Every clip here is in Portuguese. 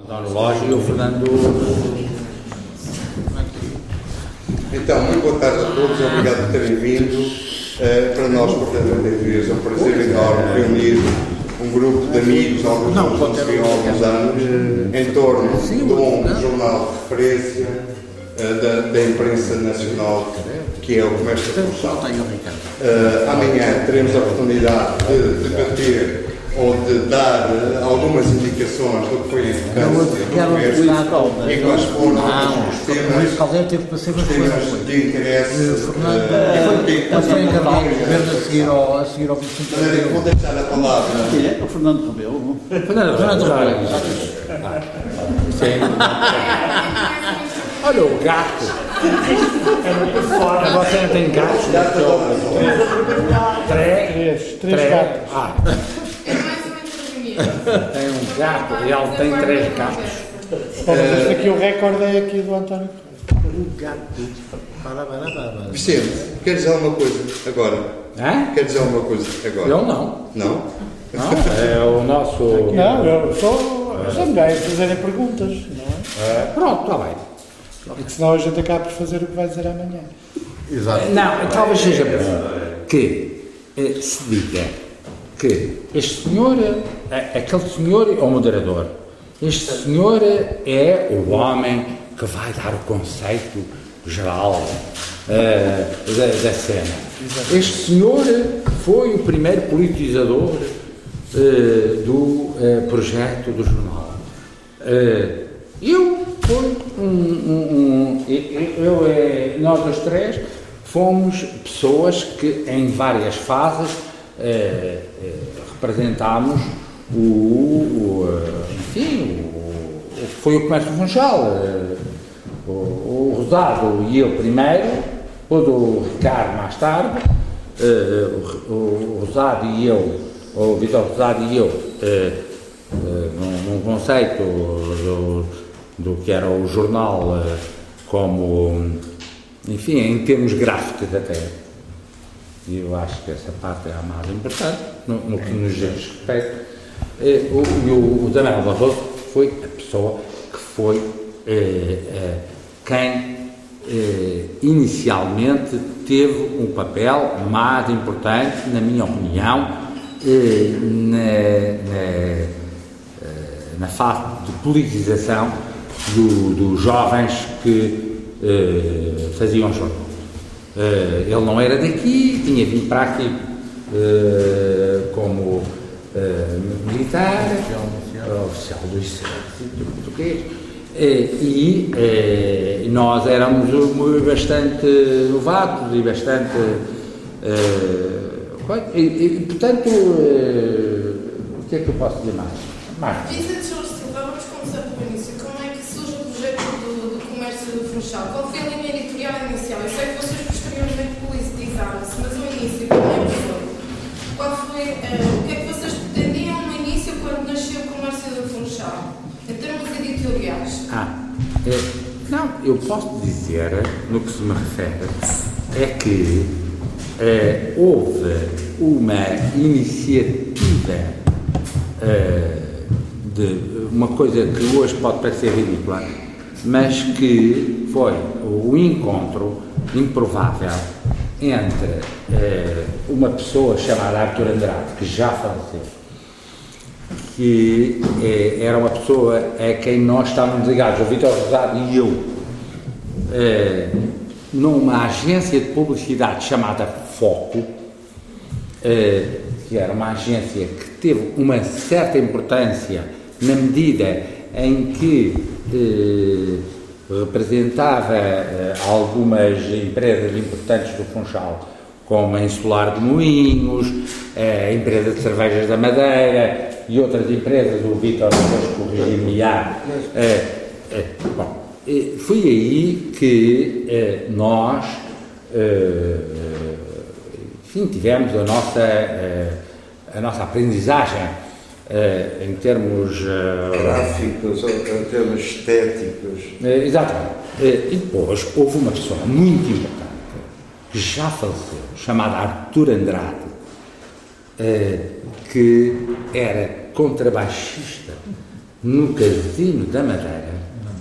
Dona Lógia e o Fernando. Então, muito boa tarde a todos, obrigado por terem vindo. Para nós, portanto, é um prazer enorme reunir um grupo de amigos, alguns que se há alguns anos, em torno de um jornal de referência da imprensa nacional, que é o Comércio Funchal. Amanhã teremos a oportunidade de debater ou de dar algumas indicações do que foi a importância do comércio e quais foram os temas de interesse. Vou deixar a palavra. O Fernando Rebelo. Fernando Rebelo. Sim. Olha o gato. Você não tem gatos? Três gatos. Tem um gato e ele tem 3 gatos. Mas aqui o recorde é aqui do António. O gato. Vicente, quer dizer alguma coisa agora? Quer dizer alguma coisa agora? Eu não. Não? Não, é o nosso... Não, eu sou também fazerem perguntas, não é? Pronto, está bem. Porque senão a gente acaba por fazer o que vai dizer amanhã. Exato. Não, talvez seja bom que se diga que este senhor, aquele senhor é o moderador, este senhor é o homem que vai dar o conceito geral da cena. Este senhor foi o primeiro politizador do projeto do jornal. Nós os 3 fomos pessoas que em várias fases representámos o que foi o Comércio Funchal, o Rosado e eu primeiro, o do Ricardo mais tarde, o Rosado e eu, o Vítor Rosado e eu, num conceito do que era o jornal como, enfim, em termos gráficos até. E eu acho que essa parte é a mais importante, no que nos diz respeito. O Daniel Barroso foi a pessoa que foi quem inicialmente teve um papel mais importante, na minha opinião, na fase de politização dos jovens que faziam jornal. Ele não era daqui, tinha vindo para aqui como militar, oficial do Exército português, e nós éramos bastante novatos e bastante... portanto, o que é que eu posso dizer mais? Vicente Jorge Silva, vamos começar pelo início. Como é que surge o projeto do comércio do Funchal? Qual foi a linha editorial inicial? Eu sei que vocês posteriormente politizaram-se, mas o início, como é que foi? Qual foi, o que é que vocês pretendiam no início quando nasceu o comércio do Funchal? Em termos editoriais? Não, eu posso dizer, no que se me refere, é que houve uma iniciativa de uma coisa que hoje pode parecer ridícula, mas que foi o encontro improvável entre uma pessoa chamada Artur Andrade, que já faleceu, que era uma pessoa a quem nós estávamos ligados, o Vítor Rosado e eu, numa agência de publicidade chamada Foco, que era uma agência que teve uma certa importância na medida em que representava algumas empresas importantes do Funchal, como a Insular de Moinhos, a empresa de cervejas da Madeira e outras empresas, o Vítor depois corrigir-me-á. Foi aí que nós, enfim, tivemos a nossa aprendizagem em termos gráficos, em termos estéticos. Exatamente. E depois houve uma pessoa muito importante que já faleceu, chamada Artur Andrade, que era contrabaixista no Casino da Madeira,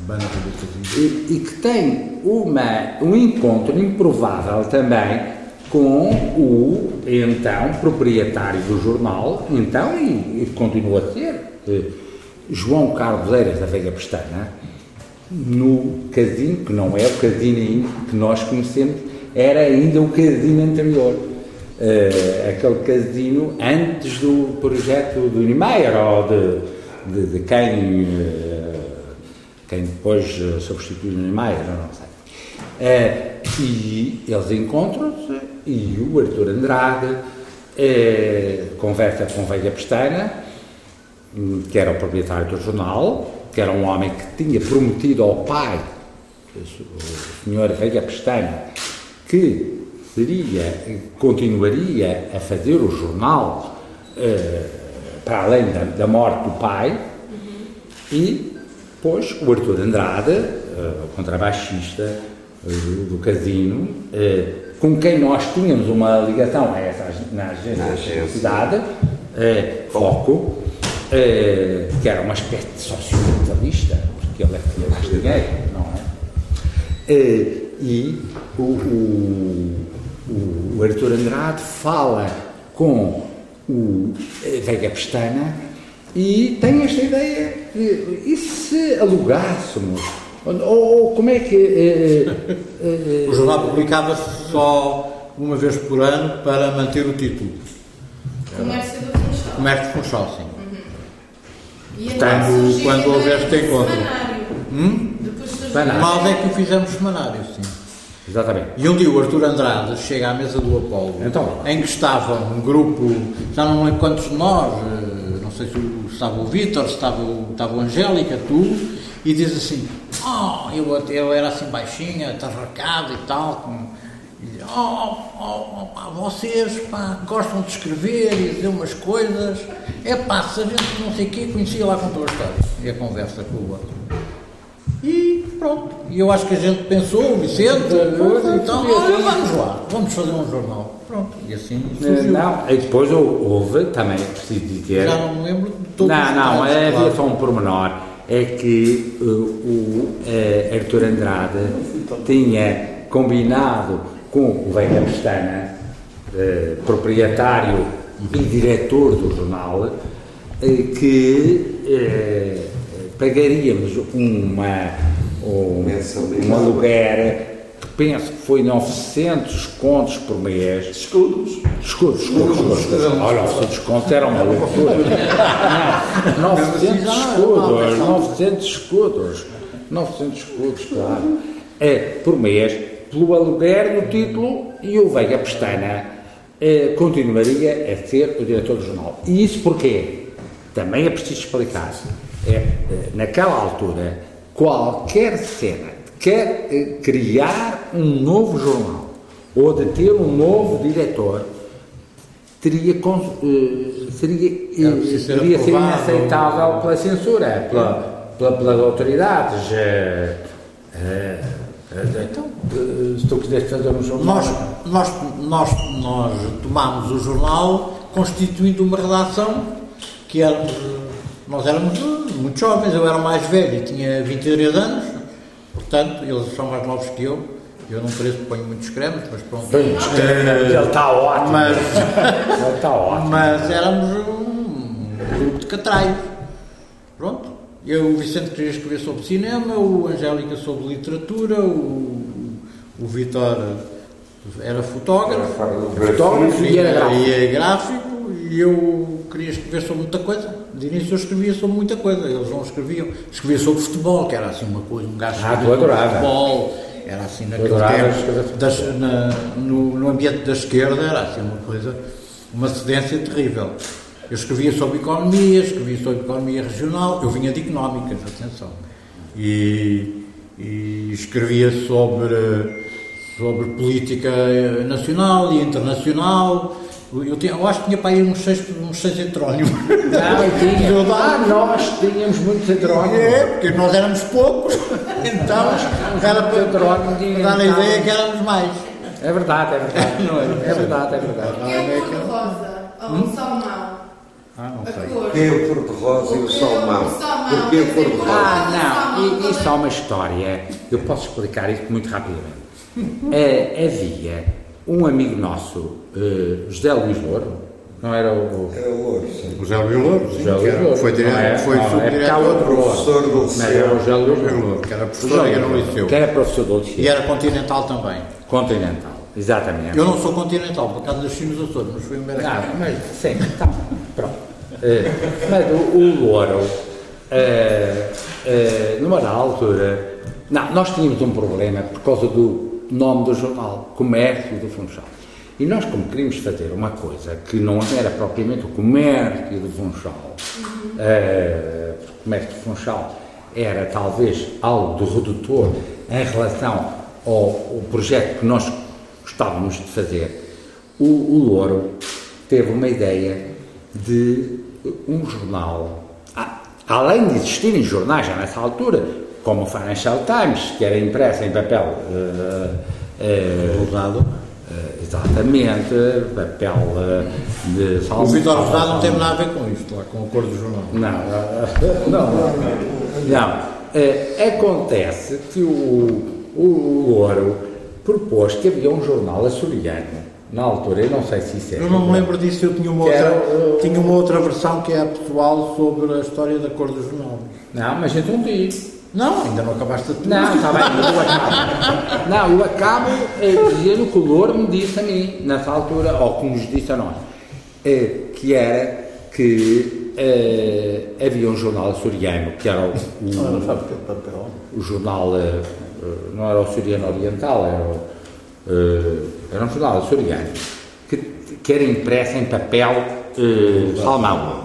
e que tem um encontro improvável também com o então proprietário do jornal, então e continua a ser, João Carlos Eiras da Veiga Pestana, no casino, que não é o casino que nós conhecemos, era ainda o casino anterior, aquele casino antes do projeto do Niemeyer, ou de quem depois substituiu o Niemeyer, não sei. E eles encontram-se e o Artur Andrade conversa com Veiga Pestana, que era o proprietário do jornal, que era um homem que tinha prometido ao pai, o senhor Veiga Pestana, que continuaria a fazer o jornal para além da morte do pai. E depois o Artur Andrade, contrabaixista do casino, com quem nós tínhamos uma ligação na agência da cidade, Foco, que era uma espécie de sociocapitalista, porque ele é que tinha mais dinheiro, não é? E o Artur Andrade fala com o Veiga Pestana e tem esta ideia de, e se alugássemos? Ou como é que... O jornal publicava-se só uma vez por ano para manter o título. Comércio do Funchal. Comércio do Funchal, sim. Portanto, quando houver este encontro. Nós é que o fizemos semanário, sim. Exatamente. E um dia o Artur Andrade chega à mesa do Apolo, em que estava um grupo, já não lembro quantos de nós, não sei se estava o Vítor, se estava a Angélica, tu, e diz assim, eu era assim baixinha, atarracado e tal, vocês gostam de escrever e dizer umas coisas, se a gente não sei o quê, conhecia lá, contou a história, e a conversa com o outro. E pronto, e eu acho que a gente pensou, o Vicente, então, vamos lá, vamos fazer um jornal. Pronto, e assim surgiu. E depois houve, também é preciso dizer... Já não me lembro de todos os detalhes, havia só um pormenor, é que o Artur Andrade tinha combinado com o Veiga Pestana, proprietário e diretor do jornal, que pagaríamos um aluguer, que penso que foi 900 contos por mês. Escudos. Olha, 900 contos era uma loucura. Não, 900 escudos, claro. Por mês, pelo aluguer do título, e o Veiga Pestana continuaria a ser o diretor do jornal. E isso porquê? Também é preciso explicar. Naquela altura, qualquer cena de quer criar um novo jornal ou de ter um novo diretor teria ser inaceitável pela censura, pelas autoridades. Então, se tu quiseres fazer um jornal... Nós tomámos o jornal constituindo uma redação que nós éramos muito jovens, eu era o mais velho e tinha 23 anos, portanto, eles são mais novos que eu não pareço que ponho muitos cremes, mas pronto. Ele está ótimo. Mas éramos um grupo de catraios. Pronto. O Vicente queria escrever sobre cinema, o Angélica sobre literatura, o Vítor era fotógrafo e era gráfico, e eu queria escrever sobre muita coisa. De início eu escrevia sobre muita coisa, eles não escreviam. Escrevia sobre futebol, que era assim uma coisa, um gajo sobre futebol, era assim naquele tempo, no ambiente da esquerda, era assim uma coisa, uma cedência terrível. Eu escrevia sobre economia regional, eu vinha de económicas, atenção, e escrevia sobre política nacional e internacional. Eu acho que tinha para aí uns seis heterónimos. Nós tínhamos muitos heterónimos. Porque nós éramos poucos, então era para dar a ideia que éramos mais. É verdade. Porque é o Cor-de-Rosa, ou o Salmão. Não sei. Porquê o cor-de-rosa e o salmão? Porquê o cor-de-rosa? Não, isso é uma história. Eu posso explicar isso muito rapidamente. Havia um amigo nosso, José Luís Louro, não era o... Era o Louro, sim. O José Luís Louro, sim. Foi subdiretor, professor do Liceu. Era o José Luís Louro, que era professor e era no Liceu. Que era professor do Liceu. E era continental também. Continental, exatamente. Eu não sou continental, por acaso nasci nos Açores, mas fui em Beracá. Não, mas sim, tá, pronto. Mas o Louro, numa altura... Não, nós tínhamos um problema por causa do nome do jornal, Comércio do Funchal. E nós, como queríamos fazer uma coisa que não era propriamente o Comércio do Funchal, o Comércio do Funchal era talvez algo de redutor em relação ao projeto que nós gostávamos de fazer, o Louro teve uma ideia de um jornal, além de existirem jornais já nessa altura, como o Financial Times, que era impresso em papel Rosado. Exatamente, papel de salmão. O Vitor Rosado não teve nada a ver com isto, lá, com a cor do jornal. Não. Acontece que o Louro propôs que havia um jornal açoriano, na altura, eu não sei se isso é. Eu não me lembro disso, eu tinha uma outra versão que é a pessoal sobre a história da cor do jornal. Não, mas eu não digo. Não, ainda não acabaste de... Não, está bem, mas eu acabo. Não, eu acabo dizendo que o Louro me disse a mim, nessa altura, ou que nos disse a nós, que era que havia um jornal açoriano, que era o jornal, não era o açoriano oriental, era um jornal açoriano, que era impresso em papel salmão.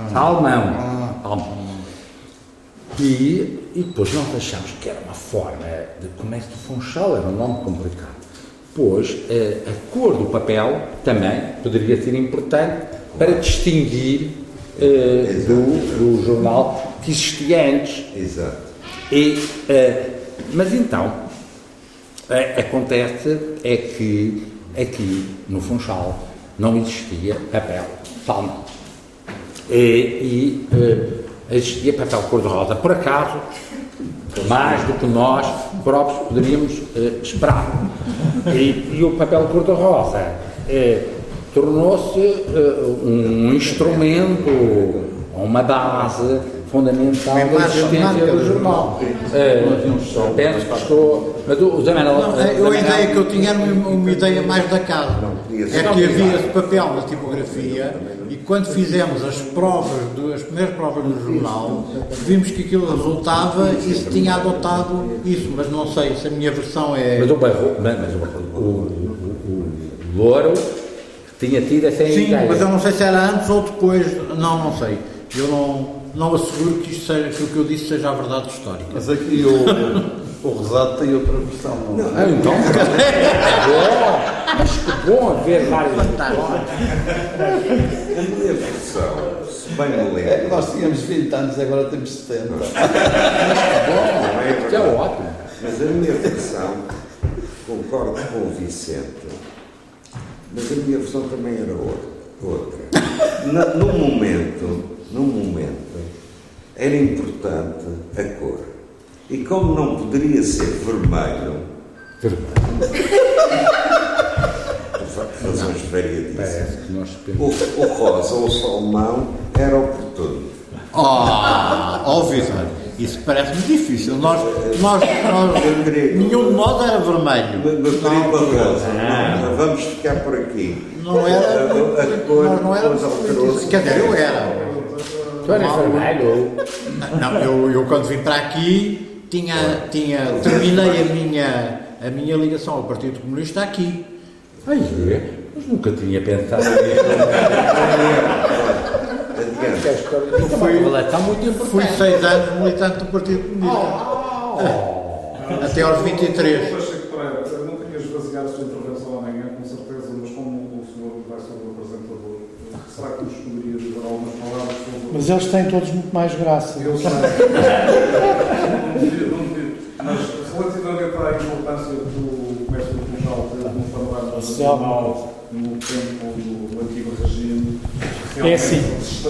E depois nós achamos que era uma forma de Comércio do Funchal, era um nome complicado. Pois a cor do papel também poderia ser importante para distinguir do jornal que existia antes. Exato. Mas então, acontece é que aqui no Funchal não existia papel salmão. Existia papel cor-de-rosa, por acaso, mais do que nós próprios poderíamos esperar. E o papel cor-de-rosa tornou-se um instrumento, uma base fundamental da existência do jornal. Penso que estou... Mas o Zé Manuel... A ideia que eu tinha era uma ideia mais da casa. É que havia esse papel na tipografia e quando fizemos as primeiras provas do jornal, vimos que aquilo resultava e se tinha adotado isso, mas não sei se a minha versão é... Mas o Louro tinha tido essa ideia. Sim, mas eu não sei se era antes ou depois, não sei. Eu não asseguro que isto seja, que o que eu disse seja a verdade histórica. Mas aqui o Rosado tem outra versão. Então, mas que bom ver vários A minha versão, se bem me lembro... É que nós tínhamos 20 anos e agora temos 70. que é ótimo. Mas a minha versão, concordo com o Vicente, mas a minha versão também era outra. Num momento, era importante a cor. E como não poderia ser vermelho, por razões variadíssimas, o rosa ou o salmão era oportuno. Vitor, isso parece-me difícil. Nenhum de nós era vermelho. Vamos ficar por aqui. Não era. Não era. Quer dizer, eu era. Tu eras vermelho? Não, eu quando vim para aqui terminei a minha ligação ao Partido Comunista aqui. Mas nunca tinha pensado nisso. Fui 6 anos militante do Partido Comunista. Até aos 23. Eu achei que não tinhas baseado a sua intervenção amanhã, com certeza, mas como o senhor vai ser o apresentador, será que nos poderia dizer algumas palavras sobre... Mas eles têm todos muito mais graça. Eu sei. Mas relativamente à importância do comércio do Funchal ter um panorama nacional no tempo do antigo regime, É assim.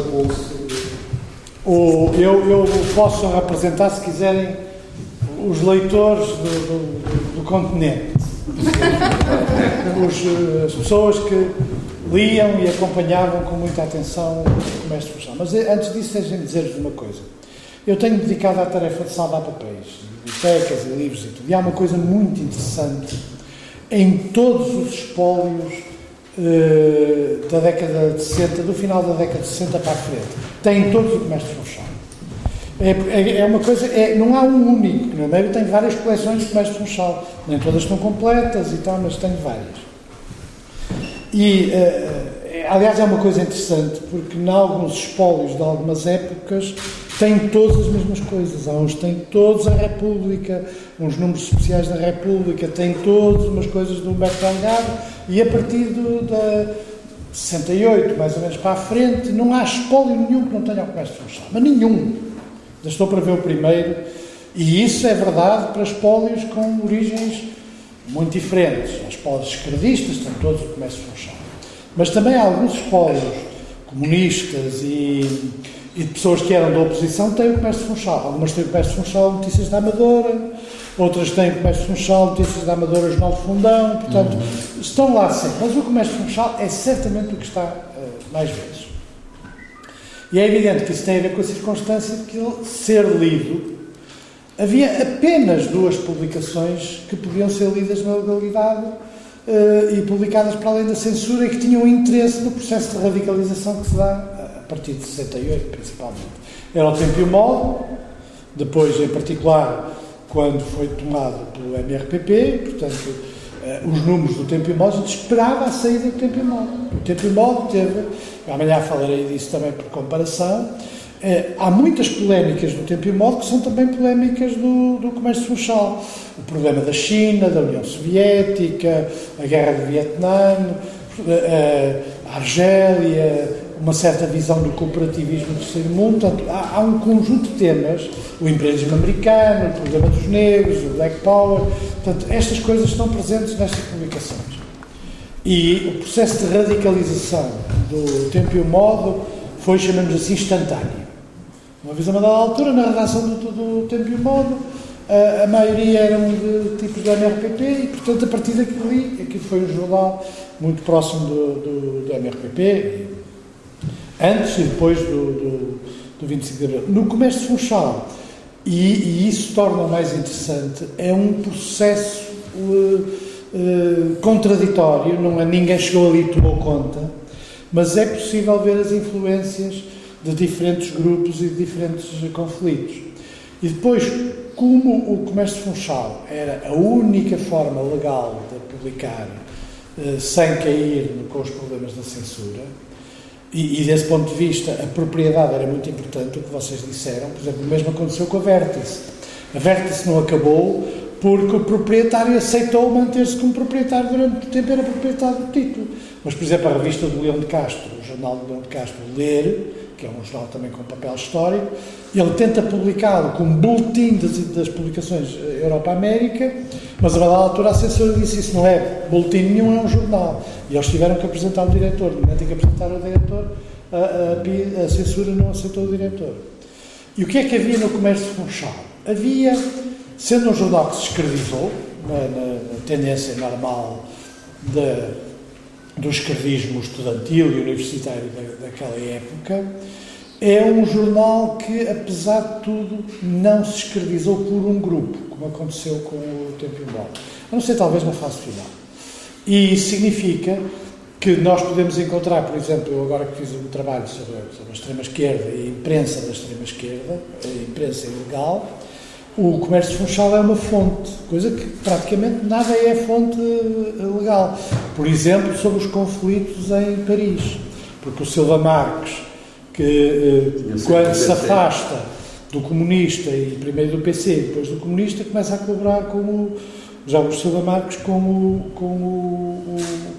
Eu posso representar, se quiserem, os leitores do continente. As pessoas que liam e acompanhavam com muita atenção o Comércio Funchal. Mas antes disso, deixem-me dizer-vos uma coisa. Eu tenho dedicado à tarefa de salvar papéis, bibliotecas e livros e tudo. E há uma coisa muito interessante em todos os espólios da década de 60, do final da década de 60 para a frente. Tem todos o Comércio Funchal. É uma coisa, não há um único. No meio tem várias coleções de Comércio Funchal. Nem todas estão completas e tal, mas tenho várias. E, aliás, é uma coisa interessante, porque em alguns espólios de algumas épocas têm todas as mesmas coisas. Há uns que têm todos a República, uns números especiais da República, têm todas umas coisas do Humberto Delgado, e a partir da 68, mais ou menos para a frente, não há espólio nenhum que não tenha o Comércio Funchal. Mas nenhum. Já estou para ver o primeiro, e isso é verdade para espólios com origens muito diferentes. Os espólios esquerdistas têm todos o Comércio Funchal. Mas também há alguns espólios comunistas e de pessoas que eram da oposição têm o Comércio Funchal. Algumas têm o Comércio Funchal Notícias da Amadora, outras têm o Comércio Funchal Notícias da Amadora Jornal de Fundão, portanto, estão lá sempre. Mas o Comércio Funchal é certamente o que está mais vezes. E é evidente que isso tem a ver com a circunstância de que ele ser lido, havia apenas 2 publicações que podiam ser lidas na legalidade e publicadas para além da censura e que tinham interesse no processo de radicalização que se dá a partir de 68, principalmente. Era o Tempo e o Modo, depois, em particular, quando foi tomado pelo MRPP, portanto, os números do Tempo e Modo, a gente esperava a saída do Tempo e Modo. O Tempo e Modo teve, amanhã falarei disso também por comparação, há muitas polémicas do Tempo e Modo que são também polémicas do Comércio Funchal. O problema da China, da União Soviética, a Guerra do Vietnã, a Argélia, uma certa visão do cooperativismo do terceiro mundo. Portanto, há um conjunto de temas, o imperialismo americano, o problema dos negros, o Black Power. Portanto, estas coisas estão presentes nestas publicações. E o processo de radicalização do Tempo e o Modo foi, chamamos assim, instantâneo. Uma vez a uma dada altura, na redação do Tempo e o Modo, a maioria eram de tipos da MRPP e, portanto, a partir daquilo aquilo foi um jornal muito próximo do MRPP, antes e depois do 25 de Abril. No Comércio Funchal, e isso torna mais interessante, é um processo contraditório, ninguém chegou ali e tomou conta, mas é possível ver as influências de diferentes grupos e de diferentes conflitos. E depois, como o Comércio Funchal era a única forma legal de publicar sem cair com os problemas da censura, e desse ponto de vista a propriedade era muito importante, o que vocês disseram, por exemplo, o mesmo aconteceu com a Vértice. A Vértice não acabou porque o proprietário aceitou manter-se como proprietário durante muito tempo, era proprietário do título. Mas, por exemplo, a revista do Leão de Castro, o jornal do Leão de Castro, Ler, que é um jornal também com papel histórico, ele tenta publicá-lo como boletim das publicações Europa-América, mas a dada altura a censura disse isso não é boletim nenhum, é um jornal. E eles tiveram que apresentar o diretor. No momento em que apresentaram o diretor, a censura não aceitou o diretor. E o que é que havia no Comércio Funchal? Havia, sendo um jornal que se escravizou, na tendência normal do escravismo estudantil e universitário daquela época, é um jornal que, apesar de tudo, não se escravizou por um grupo, como aconteceu com o Tempo e o Modo, a não ser talvez na fase final. E isso significa que nós podemos encontrar, por exemplo, eu agora que fiz um trabalho sobre a extrema-esquerda e a imprensa da extrema-esquerda, a imprensa ilegal, o Comércio Funchal é uma fonte, coisa que praticamente nada é fonte legal. Por exemplo, sobre os conflitos em Paris, porque o Silva Marques, que quando se afasta do comunista, e primeiro do PC e depois do comunista, começa a colaborar com o Silva Marques com o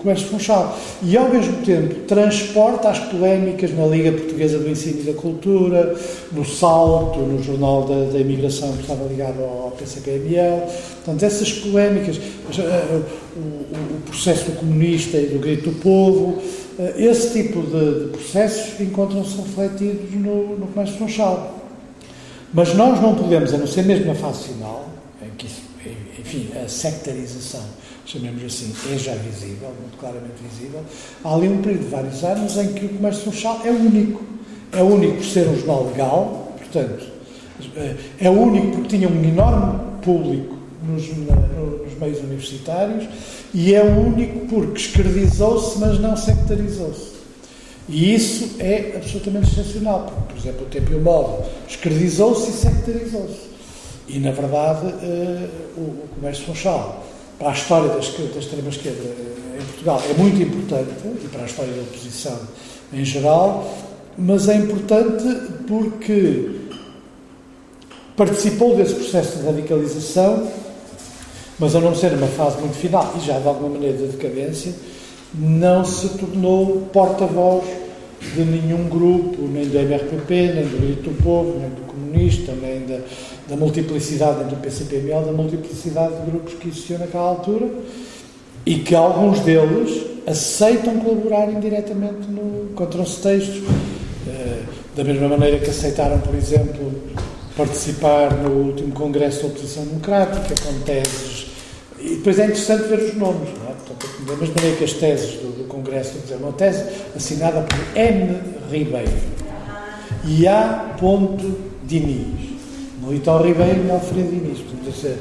Comércio Funchal. E, ao mesmo tempo, transporta as polémicas na Liga Portuguesa do Ensino e da Cultura, no Salto, no Jornal da Imigração, que estava ligado ao PCP-ML. Portanto, essas polémicas, o processo do comunista e do grito do povo, esse tipo de processos encontram-se refletidos no Comércio Funchal. Mas nós não podemos, a não ser mesmo na fase final, em que isso, enfim, a sectarização, chamemos assim, é já visível, muito claramente visível. Há ali um período de vários anos em que o Comércio Funchal é único. É único por ser um jornal legal, portanto, é único porque tinha um enorme público nos meios universitários e é único porque esquerdizou-se, mas não sectarizou-se. E isso é absolutamente excepcional, porque, por exemplo, o Tempo e o Modo esquerdizou-se e sectarizou-se. E, na verdade, o Comércio Funchal, para a história da extrema-esquerda em Portugal, é muito importante, e para a história da oposição em geral, mas é importante porque participou desse processo de radicalização, mas a não ser numa fase muito final, e já de alguma maneira de decadência, não se tornou porta-voz de nenhum grupo, nem do MRPP, nem do Grito do Povo, nem do Comunista, nem da multiplicidade do PCP-ML, da multiplicidade de grupos que existiam naquela altura, e que alguns deles aceitam colaborar indiretamente contra-se textos, da mesma maneira que aceitaram, por exemplo, participar no último Congresso da Oposição Democrática, com teses. E depois é interessante ver os nomes, não é? Portanto, da mesma maneira que as teses do Congresso, quer dizer, uma tese assinada por M. Ribeiro e A. Diniz. Militão Ribeiro e Alfredo Diniz. Portanto,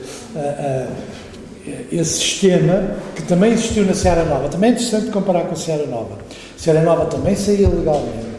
esse sistema, que também existiu na Seara Nova, também é interessante comparar com a Seara Nova. A Seara Nova também saía legalmente.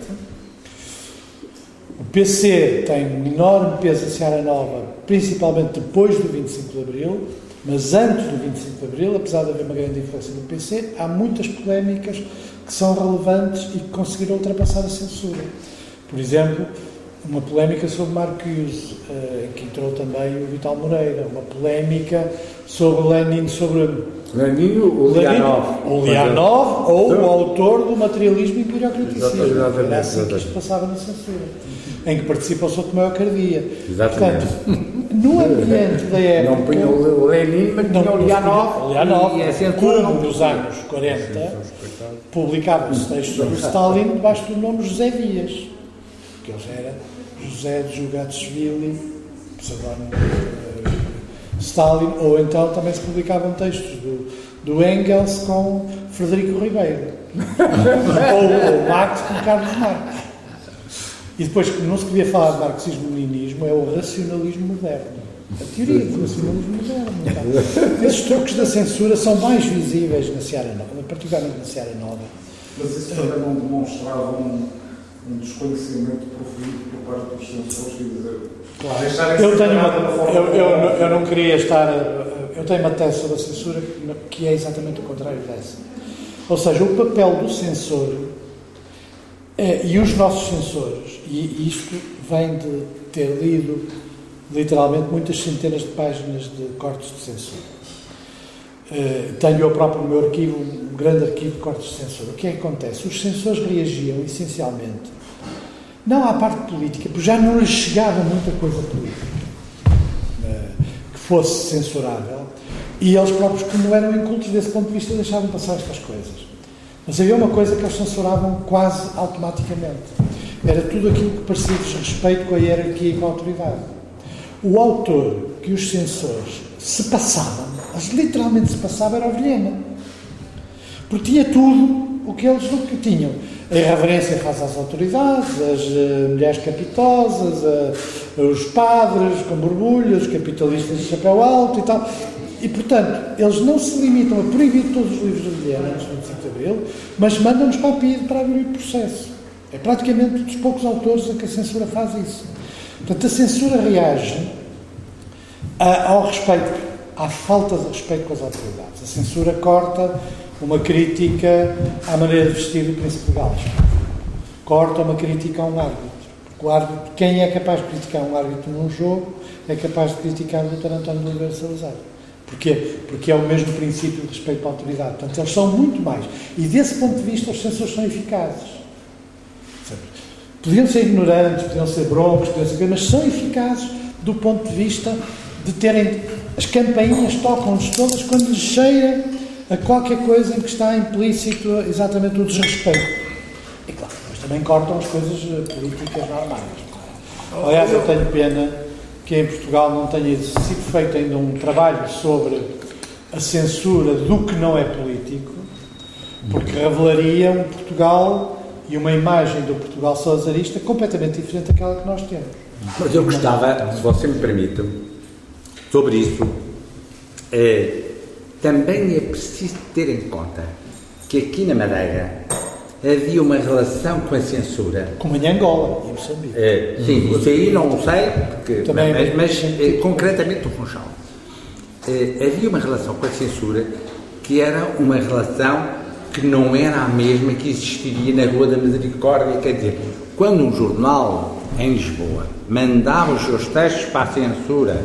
O PC tem um enorme peso na Seara Nova, principalmente depois do 25 de Abril, mas antes do 25 de Abril, apesar de haver uma grande influência do PC, há muitas polémicas que são relevantes e que conseguiram ultrapassar a censura. Por exemplo, uma polémica sobre Marcuse, que entrou também o Vital Moreira, uma polémica sobre Lenin, Lenin ou Lianov. O Lianov ou o autor do materialismo e empiriocriticismo. Era assim que isto passava na censura, em que participa o São Tomé Eucardia. Exatamente. Portanto, no ambiente da época... Não punha o Lenin, mas tinha o Lianov. Como nos anos 40, publicavam-se textos sobre Stalin debaixo do nome José Dias, que ele já era José de Jugatsvili, pseudónimo Stalin, ou então também se publicavam textos do Engels com Frederico Ribeiro, ou Marx com Carlos Marx. E depois, que não se podia falar de marxismo-leninismo, é o racionalismo moderno. A teoria do racionalismo moderno. Então, esses truques da censura são mais visíveis na Seara Nova, particularmente na Seara Nova. Mas isso também não demonstrava um desconhecimento profundo por parte dos censores, quer dizer, claro. Eu não queria estar... Eu tenho uma tese sobre a censura que é exatamente o contrário dessa. Ou seja, o papel do censor e os nossos censores, e isto vem de ter lido literalmente muitas centenas de páginas de cortes de censura. Tenho eu próprio no meu arquivo um grande arquivo de cortes de censura. O que é que acontece? Os censores reagiam essencialmente não à parte política, porque já não lhes chegava muita coisa política que fosse censurável, e eles próprios, como eram incultos desse ponto de vista, deixavam passar estas coisas. Mas havia uma coisa que eles censuravam quase automaticamente. Era tudo aquilo que parecia desrespeito com a hierarquia e com a autoridade. O autor que os censores se passavam, mas literalmente se passava, era o Vilhena. Porque tinha tudo o que eles não tinham. A irreverência face às autoridades, as mulheres capitosas, os padres com borbulhas, os capitalistas de chapéu alto e tal. E, portanto, eles não se limitam a proibir todos os livros do Vilhena antes do 25 de Abril, mas mandam-nos para a PIDE para abrir o processo. É praticamente dos poucos autores a que a censura faz isso. Portanto, a censura reage ao respeito, à falta de respeito com as autoridades. A censura corta uma crítica à maneira de vestir do príncipe de Gales. Corta uma crítica a um árbitro. Porque o árbitro, quem é capaz de criticar um árbitro num jogo, é capaz de criticar o Dr. António de Oliveira Salazar. Porquê? Porque é o mesmo princípio de respeito à autoridade. Portanto, eles são muito mais. E desse ponto de vista, os censores são eficazes. Podiam ser ignorantes, podiam ser broncos, mas são eficazes do ponto de vista de terem... As campainhas tocam-nos todas quando lhes cheira a qualquer coisa em que está implícito exatamente o desrespeito. E claro, mas também cortam as coisas políticas normais. Aliás, eu tenho pena que em Portugal não tenha sido feito ainda um trabalho sobre a censura do que não é político, porque revelaria um Portugal e uma imagem do Portugal salazarista completamente diferente daquela que nós temos. Mas eu gostava, se você me permite, sobre isso, também é preciso ter em conta que aqui na Madeira havia uma relação com a censura. Como em Angola, em Moçambique. Sim, isso aí não sei, porque, mas concretamente o Funchal. Havia uma relação com a censura que era uma relação que não era a mesma que existiria na Rua da Misericórdia. Quer dizer, quando um jornal em Lisboa mandava os seus textos para a censura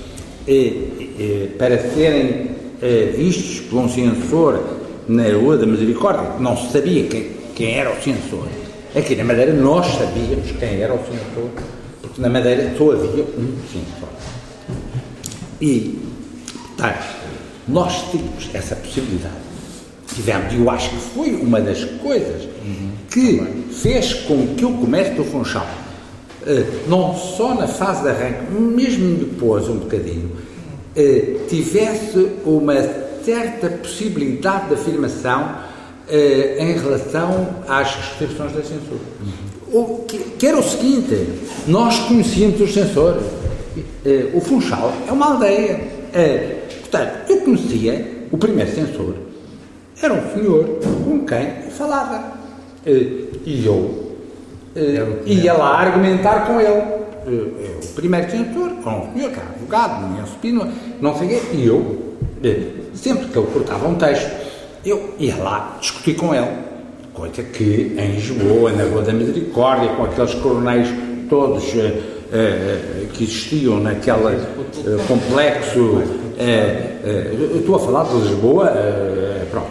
para serem vistos por um censor na Rua da Misericórdia, não se sabia quem era o censor. Aqui na Madeira nós sabíamos quem era o censor, porque na Madeira só havia um censor. E, portanto, nós tínhamos essa possibilidade. Tivemos, e eu acho que foi uma das coisas que fez com que o comércio do Funchal, não só na fase de arranque, mesmo depois um bocadinho, tivesse uma certa possibilidade de afirmação em relação às restrições da censura. Que era o seguinte: nós conhecíamos os censores. O Funchal é uma aldeia. Portanto, eu conhecia o primeiro censor. Era um senhor com quem falava. E eu ia lá argumentar com ele. O primeiro censor, com um senhor que era advogado, não Espino, não sei o quê, e eu, sempre que ele cortava um texto, eu ia lá discutir com ele. Coisa que em Lisboa, na Rua da Misericórdia, com aqueles coronéis todos que existiam naquele complexo, eu estou a falar de Lisboa, pronto,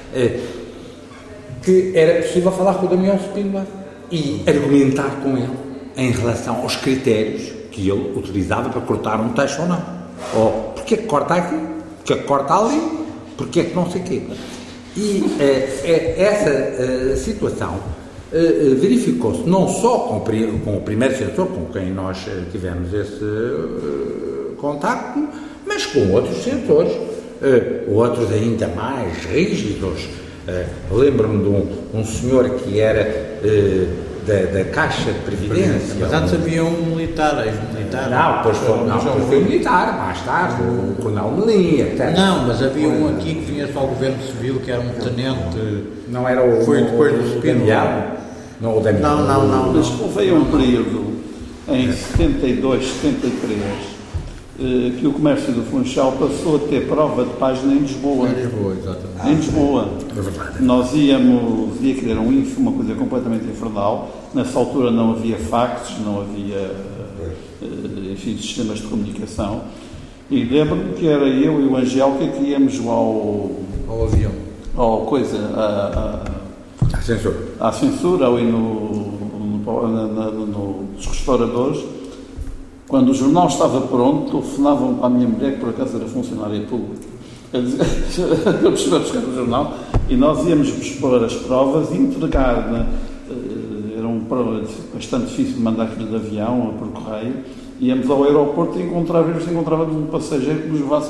que era possível falar com o Damião Spínola e argumentar com ele em relação aos critérios que ele utilizava para cortar um texto ou não. Ou porque é que corta aqui, porque é que corta ali, porque é que não sei o quê. E essa situação verificou-se não só com o primeiro censor, com quem nós tivemos esse contacto, mas com outros censores, outros ainda mais rígidos. Lembro-me de um senhor que era da Caixa de Previdência. Mas antes havia um militar, ex-militar. Não, depois foi militar, mais tarde, o Coronel Melinha, etc. Não, mas havia um aqui que vinha só ao Governo Civil, que era um tenente. Não era o... Foi depois do Damião? Não, o Damião. Não. Mas houve um período, em 72, 73, que o comércio do Funchal passou a ter prova de página em Lisboa. Em Lisboa, exatamente. Em Lisboa. É verdade. Nós via que era uma coisa completamente infernal. Nessa altura não havia faxes, não havia, enfim, sistemas de comunicação. E lembro-me que era eu e o Angélica que íamos ao avião. À censura, ou nos restauradores. Quando o jornal estava pronto, telefonavam para a minha mulher, que por acaso era funcionária pública, para buscar o jornal, e nós íamos expor as provas e entregar. Era um prova bastante difícil de mandar aquilo de avião ou por correio. Íamos ao aeroporto e encontrávamos um passageiro que nos levasse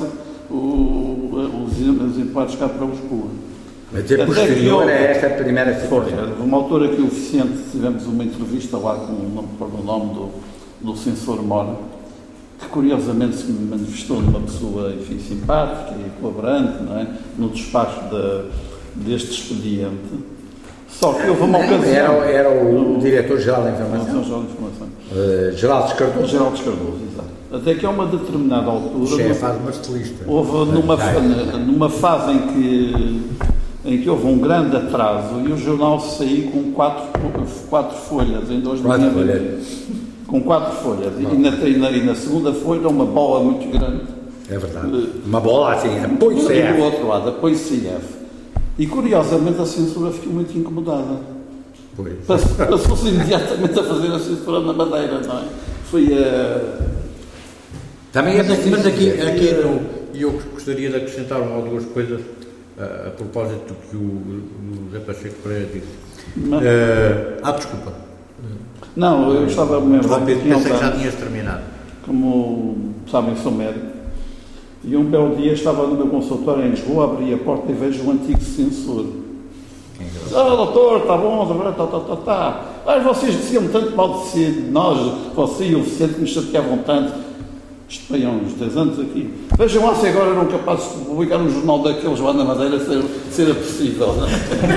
os exemplares cá para Lisboa. Mas é posterior a esta primeira situação. Foi, uma altura que o Vicente, tivemos uma entrevista lá com o nome do censor Mora, que curiosamente se manifestou numa pessoa, enfim, simpática e colaborante, não é? No despacho deste expediente. Só que houve uma ocasião... Era o Diretor-Geral da Informação. Geraldo Cardoso. Geraldo Cardoso, exato. Até que a uma determinada altura... Houve numa fase em que houve um grande atraso e o jornal saiu com quatro folhas em 2020. Com 4 folhas. E na segunda folha uma bola muito grande É verdade. Uma bola assim, apoio CIF. E do outro lado, apoio CIF. E curiosamente a censura ficou muito incomodada. Passou-se imediatamente a fazer a censura na Madeira, não é? Foi a. Também mas aqui eu gostaria de acrescentar uma ou duas coisas a propósito do que o Zé Pacheco Pereira disse. Desculpa. Não, eu estava mesmo. Pensei que já tinhas terminado. Como sabem, sou médico. E um belo dia estava no meu consultório em Lisboa, abri a porta e vejo o antigo censor. Doutor, está bom, tá. Mas vocês diziam tanto mal de nós, você e o Vicente, que nos chateavam tanto. Isto foi há uns 10 anos aqui. Vejam lá se agora eram capazes de publicar um jornal daqueles lá na Madeira, se era possível. Não?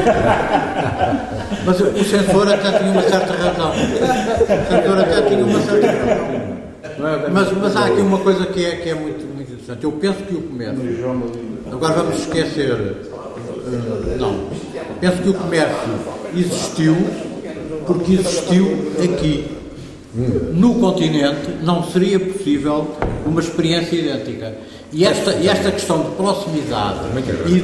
Mas o censor até tinha uma certa razão. Mas há aqui uma coisa que é muito interessante. Eu penso que o comércio... Agora vamos esquecer... Penso que o comércio existiu porque existiu aqui. No continente não seria possível uma experiência idêntica. E esta questão de proximidade e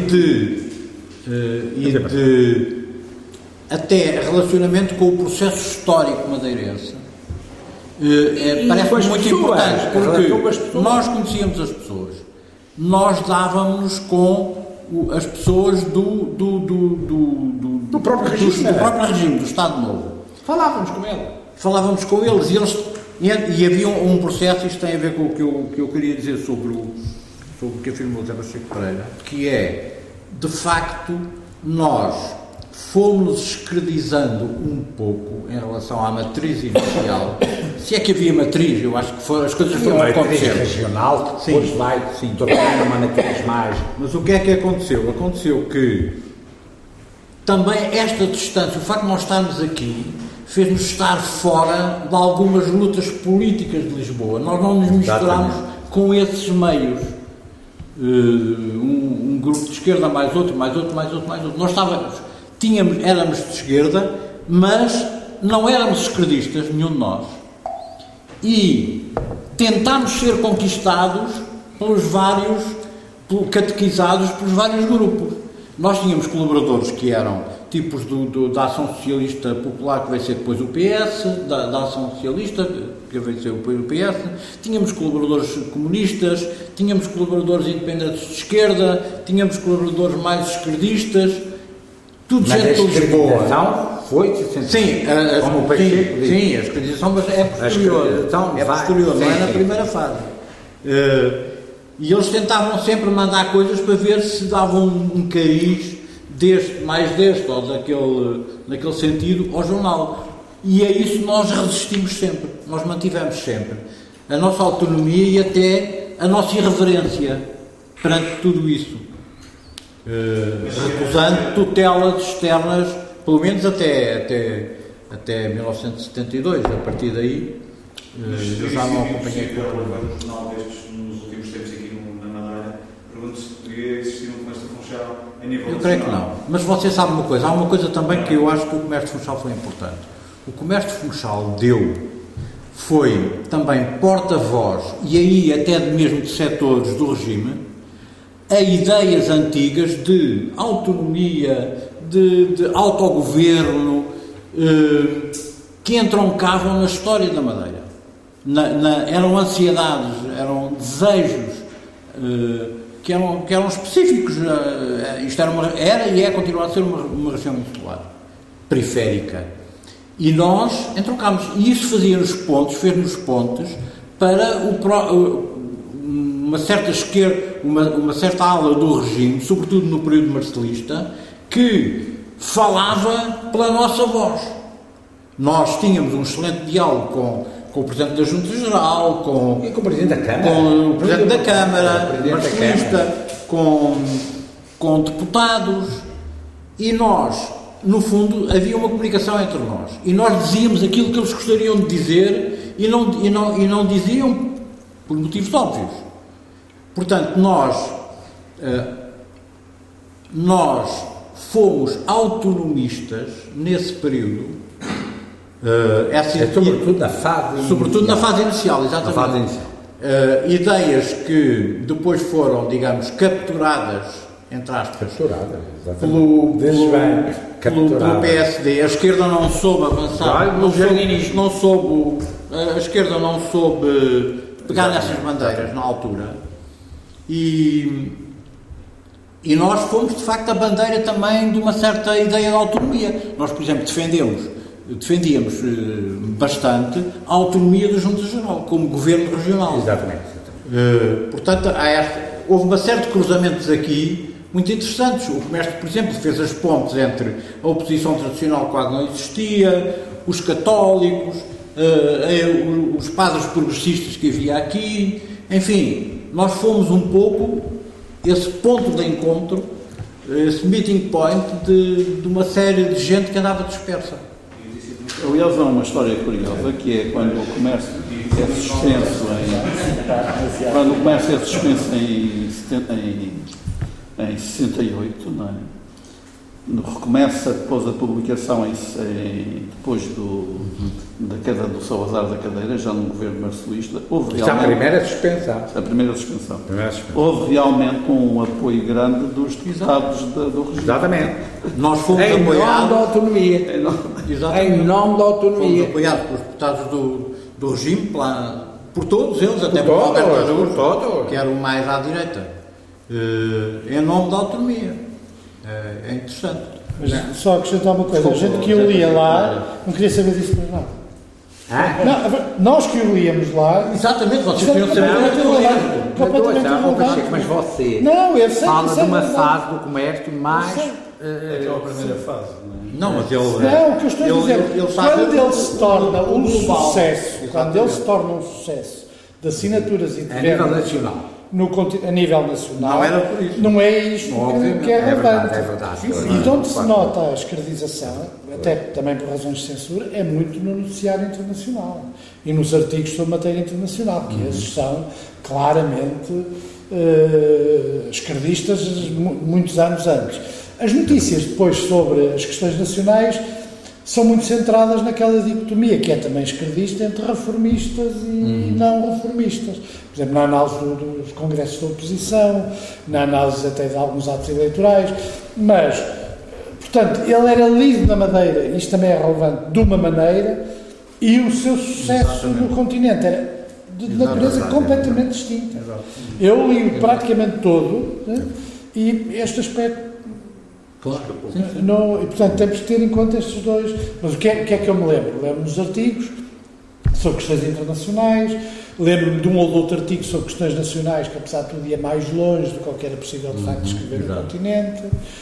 de até relacionamento com o processo histórico madeirense parece muito importante, porque nós conhecíamos as pessoas, nós dávamos com as pessoas do próprio regime, do Estado Novo. Falávamos com eles e havia um processo, isto tem a ver com o que eu queria dizer sobre o que afirmou o Zé Pacheco Pereira, que é, de facto, nós fomos escredizando um pouco em relação à matriz inicial. Se é que havia matriz, eu acho que as coisas foram acontecendo. Regional, que depois vai tornar uma matriz mais... Mas o que é que aconteceu? Aconteceu que também esta distância, o facto de nós estarmos aqui, fez-nos estar fora de algumas lutas políticas de Lisboa. Nós não nos misturámos com esses meios. Um grupo de esquerda, mais outro. Nós éramos de esquerda, mas não éramos esquerdistas, nenhum de nós. E tentámos ser conquistados catequizados pelos vários grupos. Nós tínhamos colaboradores que eram tipos da Ação Socialista Popular, que veio ser depois o PS, da Ação Socialista, que veio ser depois o PS, tínhamos colaboradores comunistas, tínhamos colaboradores independentes de esquerda, tínhamos colaboradores mais esquerdistas, tudo gente de Lisboa. Então, foi? Sim, a esquerdização, mas é posterior. Não é na primeira fase. E eles tentavam sempre mandar coisas para ver se davam um cariz deste ou naquele sentido ao jornal. E a isso nós resistimos sempre, nós mantivemos sempre a nossa autonomia e até a nossa irreverência perante tudo isso, recusando tutelas externas, pelo menos até 1972. A partir daí eu já não acompanhei com o jornal destes nos últimos tempos aqui na Madeira. Pergunto se poderia existir um comércio funchal a nível Eu creio que não. Mas você sabe uma coisa, há uma coisa também que eu acho que o comércio funchal foi importante. O comércio funchal foi também porta-voz, e aí até mesmo de setores do regime, a ideias antigas de autonomia, de autogoverno, que entroncavam na história da Madeira. Eram ansiedades, eram desejos que eram específicos. Isto era e é continuar a ser uma região insular, periférica. E nós entroncámos. E isso fez-nos pontes para uma certa esquerda, uma certa ala do regime, sobretudo no período marcelista, que falava pela nossa voz. Nós tínhamos um excelente diálogo com o Presidente da Junta Geral, com o Presidente da Câmara, com o Presidente da Câmara, marcelista, com deputados, e nós, no fundo, havia uma comunicação entre nós, e nós dizíamos aquilo que eles gostariam de dizer e não diziam por motivos óbvios. Portanto, nós fomos autonomistas nesse período. Sobretudo na fase inicial, exatamente. ideias que depois foram, digamos, capturadas, entre aspas, pelo PSD. A esquerda não soube avançar, a esquerda não soube pegar nessas bandeiras na altura. E nós fomos, de facto, a bandeira também de uma certa ideia de autonomia. Nós, por exemplo, defendíamos bastante a autonomia da Junta Geral, como governo regional. Exatamente. Portanto, houve uma série de cruzamentos aqui muito interessantes. O comércio, por exemplo, fez as pontes entre a oposição tradicional, que quase não existia, os católicos, os padres progressistas que havia aqui. Enfim, nós fomos um pouco esse ponto de encontro, esse meeting point de uma série de gente que andava dispersa. Aliás, há uma história curiosa, que é quando o comércio é suspenso em 68, não é? Recomeça depois da publicação depois da queda do Salazar da cadeira, já no governo marcelista, houve realmente... A primeira suspensão. Houve realmente um apoio grande dos deputados do regime. Exatamente. Nós fomos apoiados... Em nome da autonomia. Em nome da autonomia. Fomos apoiados pelos deputados do regime, por todos eles, até por Alberto Araújo, que era o mais à direita. Em nome da autonomia. É interessante. Mas só acrescentar uma coisa, a gente que o lia lá não queria saber disso mais nada. Nós que o líamos lá... Exatamente, vocês queriam saber completamente irrelevante. Mas você fala de uma fase do comércio mais... Aquela primeira fase, não, mas ele... Não, o que eu estou a dizer, quando ele se torna um sucesso, quando ele se torna um sucesso de assinaturas e de vendas... A nível nacional. A nível nacional, não era por isso. Não é isto que é relevante. É verdade. E de onde se nota a esquerdização, até também por razões de censura, é muito no noticiário internacional e nos artigos sobre matéria internacional, que esses são claramente esquerdistas muitos anos antes. As notícias depois sobre as questões nacionais são muito centradas naquela dicotomia que é também esquerdista entre reformistas e não reformistas. Por exemplo, na análise dos congressos da oposição, na análise até de alguns atos eleitorais, mas, portanto, ele era lido na Madeira, isto também é relevante, de uma maneira, e o seu sucesso no continente era de natureza completamente distinta. Eu li-o praticamente todo, né, e este aspecto não, e, portanto, temos que ter em conta estes dois. Mas o que é que eu me lembro? Lembro-me dos artigos sobre questões internacionais, lembro-me de um ou de outro artigo sobre questões nacionais, que apesar de tudo ia mais longe do que era possível de facto escrever no continente.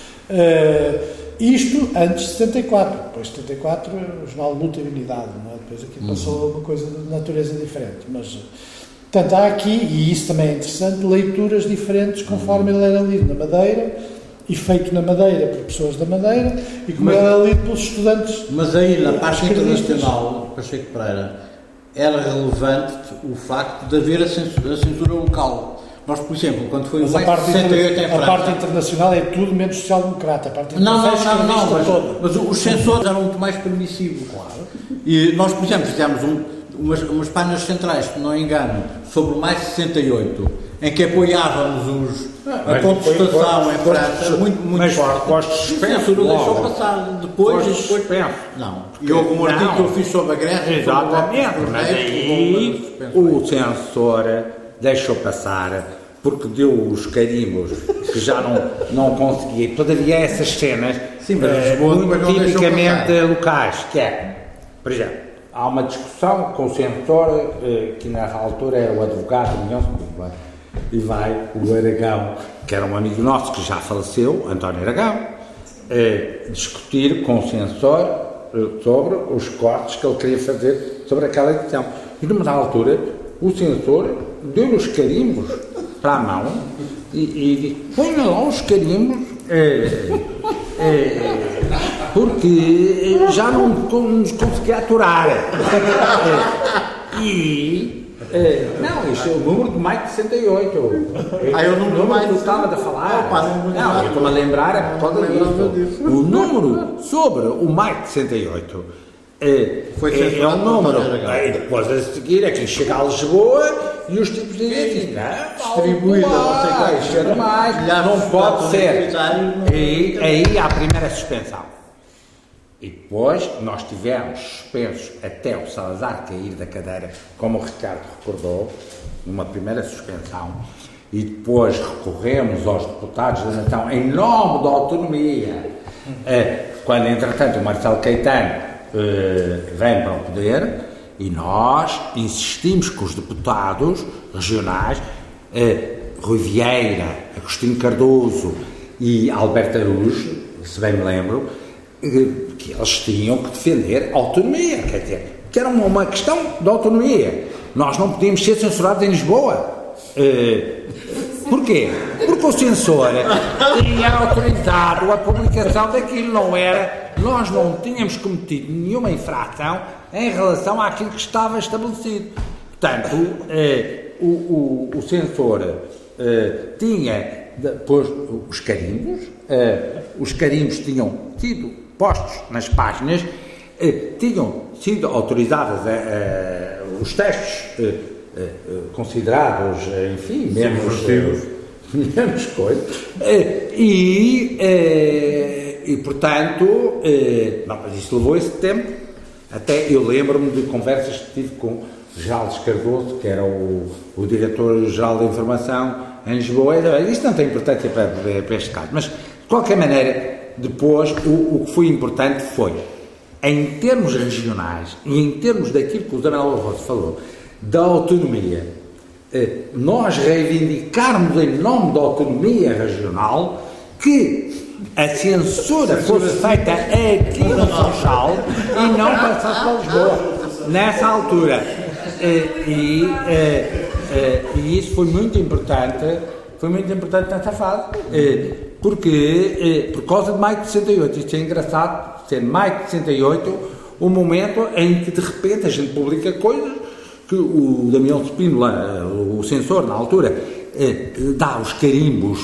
Isto antes de 74. Depois de 74, o jornal Luta e Unidade, não é? Depois aqui passou uma coisa de natureza diferente. Mas, portanto, há aqui, e isso também é interessante, leituras diferentes conforme ele era lido na Madeira, e feito na Madeira por pessoas da Madeira e como era lido pelos estudantes. Mas aí na parte internacional, Pacheco Pereira, era relevante o facto de haver a censura local. Nós, por exemplo, quando foi o mais de 68 em França... A parte internacional é tudo menos social-democrata. A parte internacional mas os censores eram muito mais permissivos. Claro. E nós, por exemplo, fizemos umas páginas centrais, se não me engano, sobre o mais de 68, em que apoiávamos a contestação em França, muito forte. A censura deixou passar. Depois não. E houve um artigo que eu fiz sobre a Grécia. Exatamente. Mas aí o censor deixou passar porque deu os carimbos que já não conseguia. Todavia essas cenas tipicamente locais, que é, por exemplo, há uma discussão com o censor, que na altura era o advogado da União Civil, e vai o Aragão, que era um amigo nosso que já faleceu, António Aragão, discutir com o censor sobre os cortes que ele queria fazer sobre aquela edição. E numa altura, o censor deu-lhe os carimbos para a mão e disse: põe lá os carimbos, porque já não nos conseguia aturar. Não, isto é o número de maio de 68. É o número de maio que estava a falar. Não, eu estou-me a lembrar por causa disso. O número sobre o maio de 68 é um número. E depois a seguir é que chega a Lisboa e os tipos dizem assim, distribuída, não pode ser. E aí há a primeira suspensão. E depois nós tivemos suspensos até o Salazar cair da cadeira, como o Ricardo recordou, numa primeira suspensão, e depois recorremos aos deputados da Nação em nome da autonomia, quando entretanto o Marcelo Caetano vem para o poder, e nós insistimos com os deputados regionais, Rui Vieira, Agostinho Cardoso e Alberto Araújo, se bem me lembro, que eles tinham que defender a autonomia, quer dizer, que era uma questão de autonomia. Nós não podíamos ser censurados em Lisboa. Porquê? Porque o censor tinha autorizado a publicação daquilo, não era. Nós não tínhamos cometido nenhuma infração em relação àquilo que estava estabelecido. Portanto, o censor tinha depois os carimbos tinham sido postos nas páginas, tinham sido autorizadas os textos considerados, enfim, menos coisas, e portanto, mas isso levou esse tempo. Até eu lembro-me de conversas que tive com Jaldes Cardoso, que era o diretor-geral da informação em Lisboa. Isto não tem importância para este caso, mas de qualquer maneira, depois o que foi importante foi, em termos regionais e em termos daquilo que o Zé Manuel Barroso falou, da autonomia, nós reivindicarmos em nome da autonomia regional que a censura fosse feita aqui no Funchal e não passasse para Lisboa, nessa altura. E isso foi muito importante nessa fase, porque por causa de maio de 68, isto é engraçado, ser maio de 68 o momento em que de repente a gente publica coisas que o Damião Spínola, o censor na altura, dá os carimbos,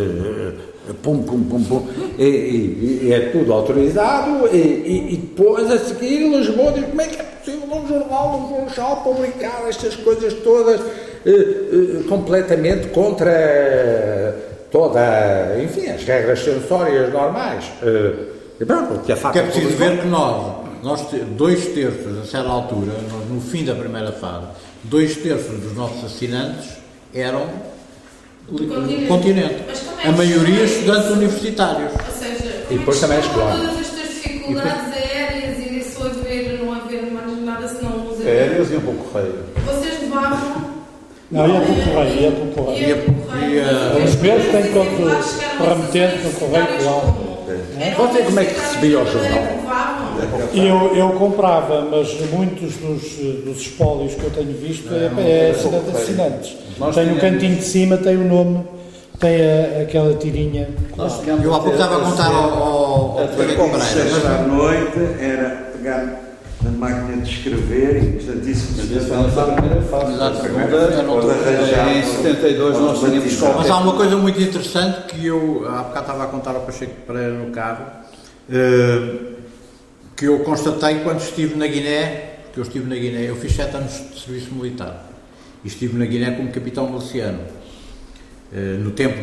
e é tudo autorizado, e depois a seguir Lisboa diz como é que é possível um jornal do Funchal publicar estas coisas todas completamente contra toda, enfim, as regras censórias normais. E pronto, que é preciso ver que nós 2/3, a certa altura, no fim da primeira fase, 2/3 dos nossos assinantes eram do continente. A maioria estudantes universitários. Ou seja, e depois também as todas estas dificuldades aéreas e isso não haver mais nada senão os aéreas e um pouco correio. Vocês levavam. Não, ia pelo correio. Os meus têm todo remetente no correio lá. Você como é que recebia o jornal? Eu comprava, mas muitos dos espólios que eu tenho visto é assinantes. Tem um cantinho de cima, tem o nome, tem aquela tirinha. Eu há pouco estava a contar ao Pereira. À noite era pegar na máquina de escrever e, portanto, isso a primeira fase. Em 72 nós tínhamos qualquer... Mas há uma coisa muito interessante que eu há bocado estava a contar ao Pacheco Pereira no carro, que eu constatei quando estive na Guiné, porque eu estive na Guiné, eu fiz 7 anos de serviço militar e estive na Guiné como capitão miliciano, no tempo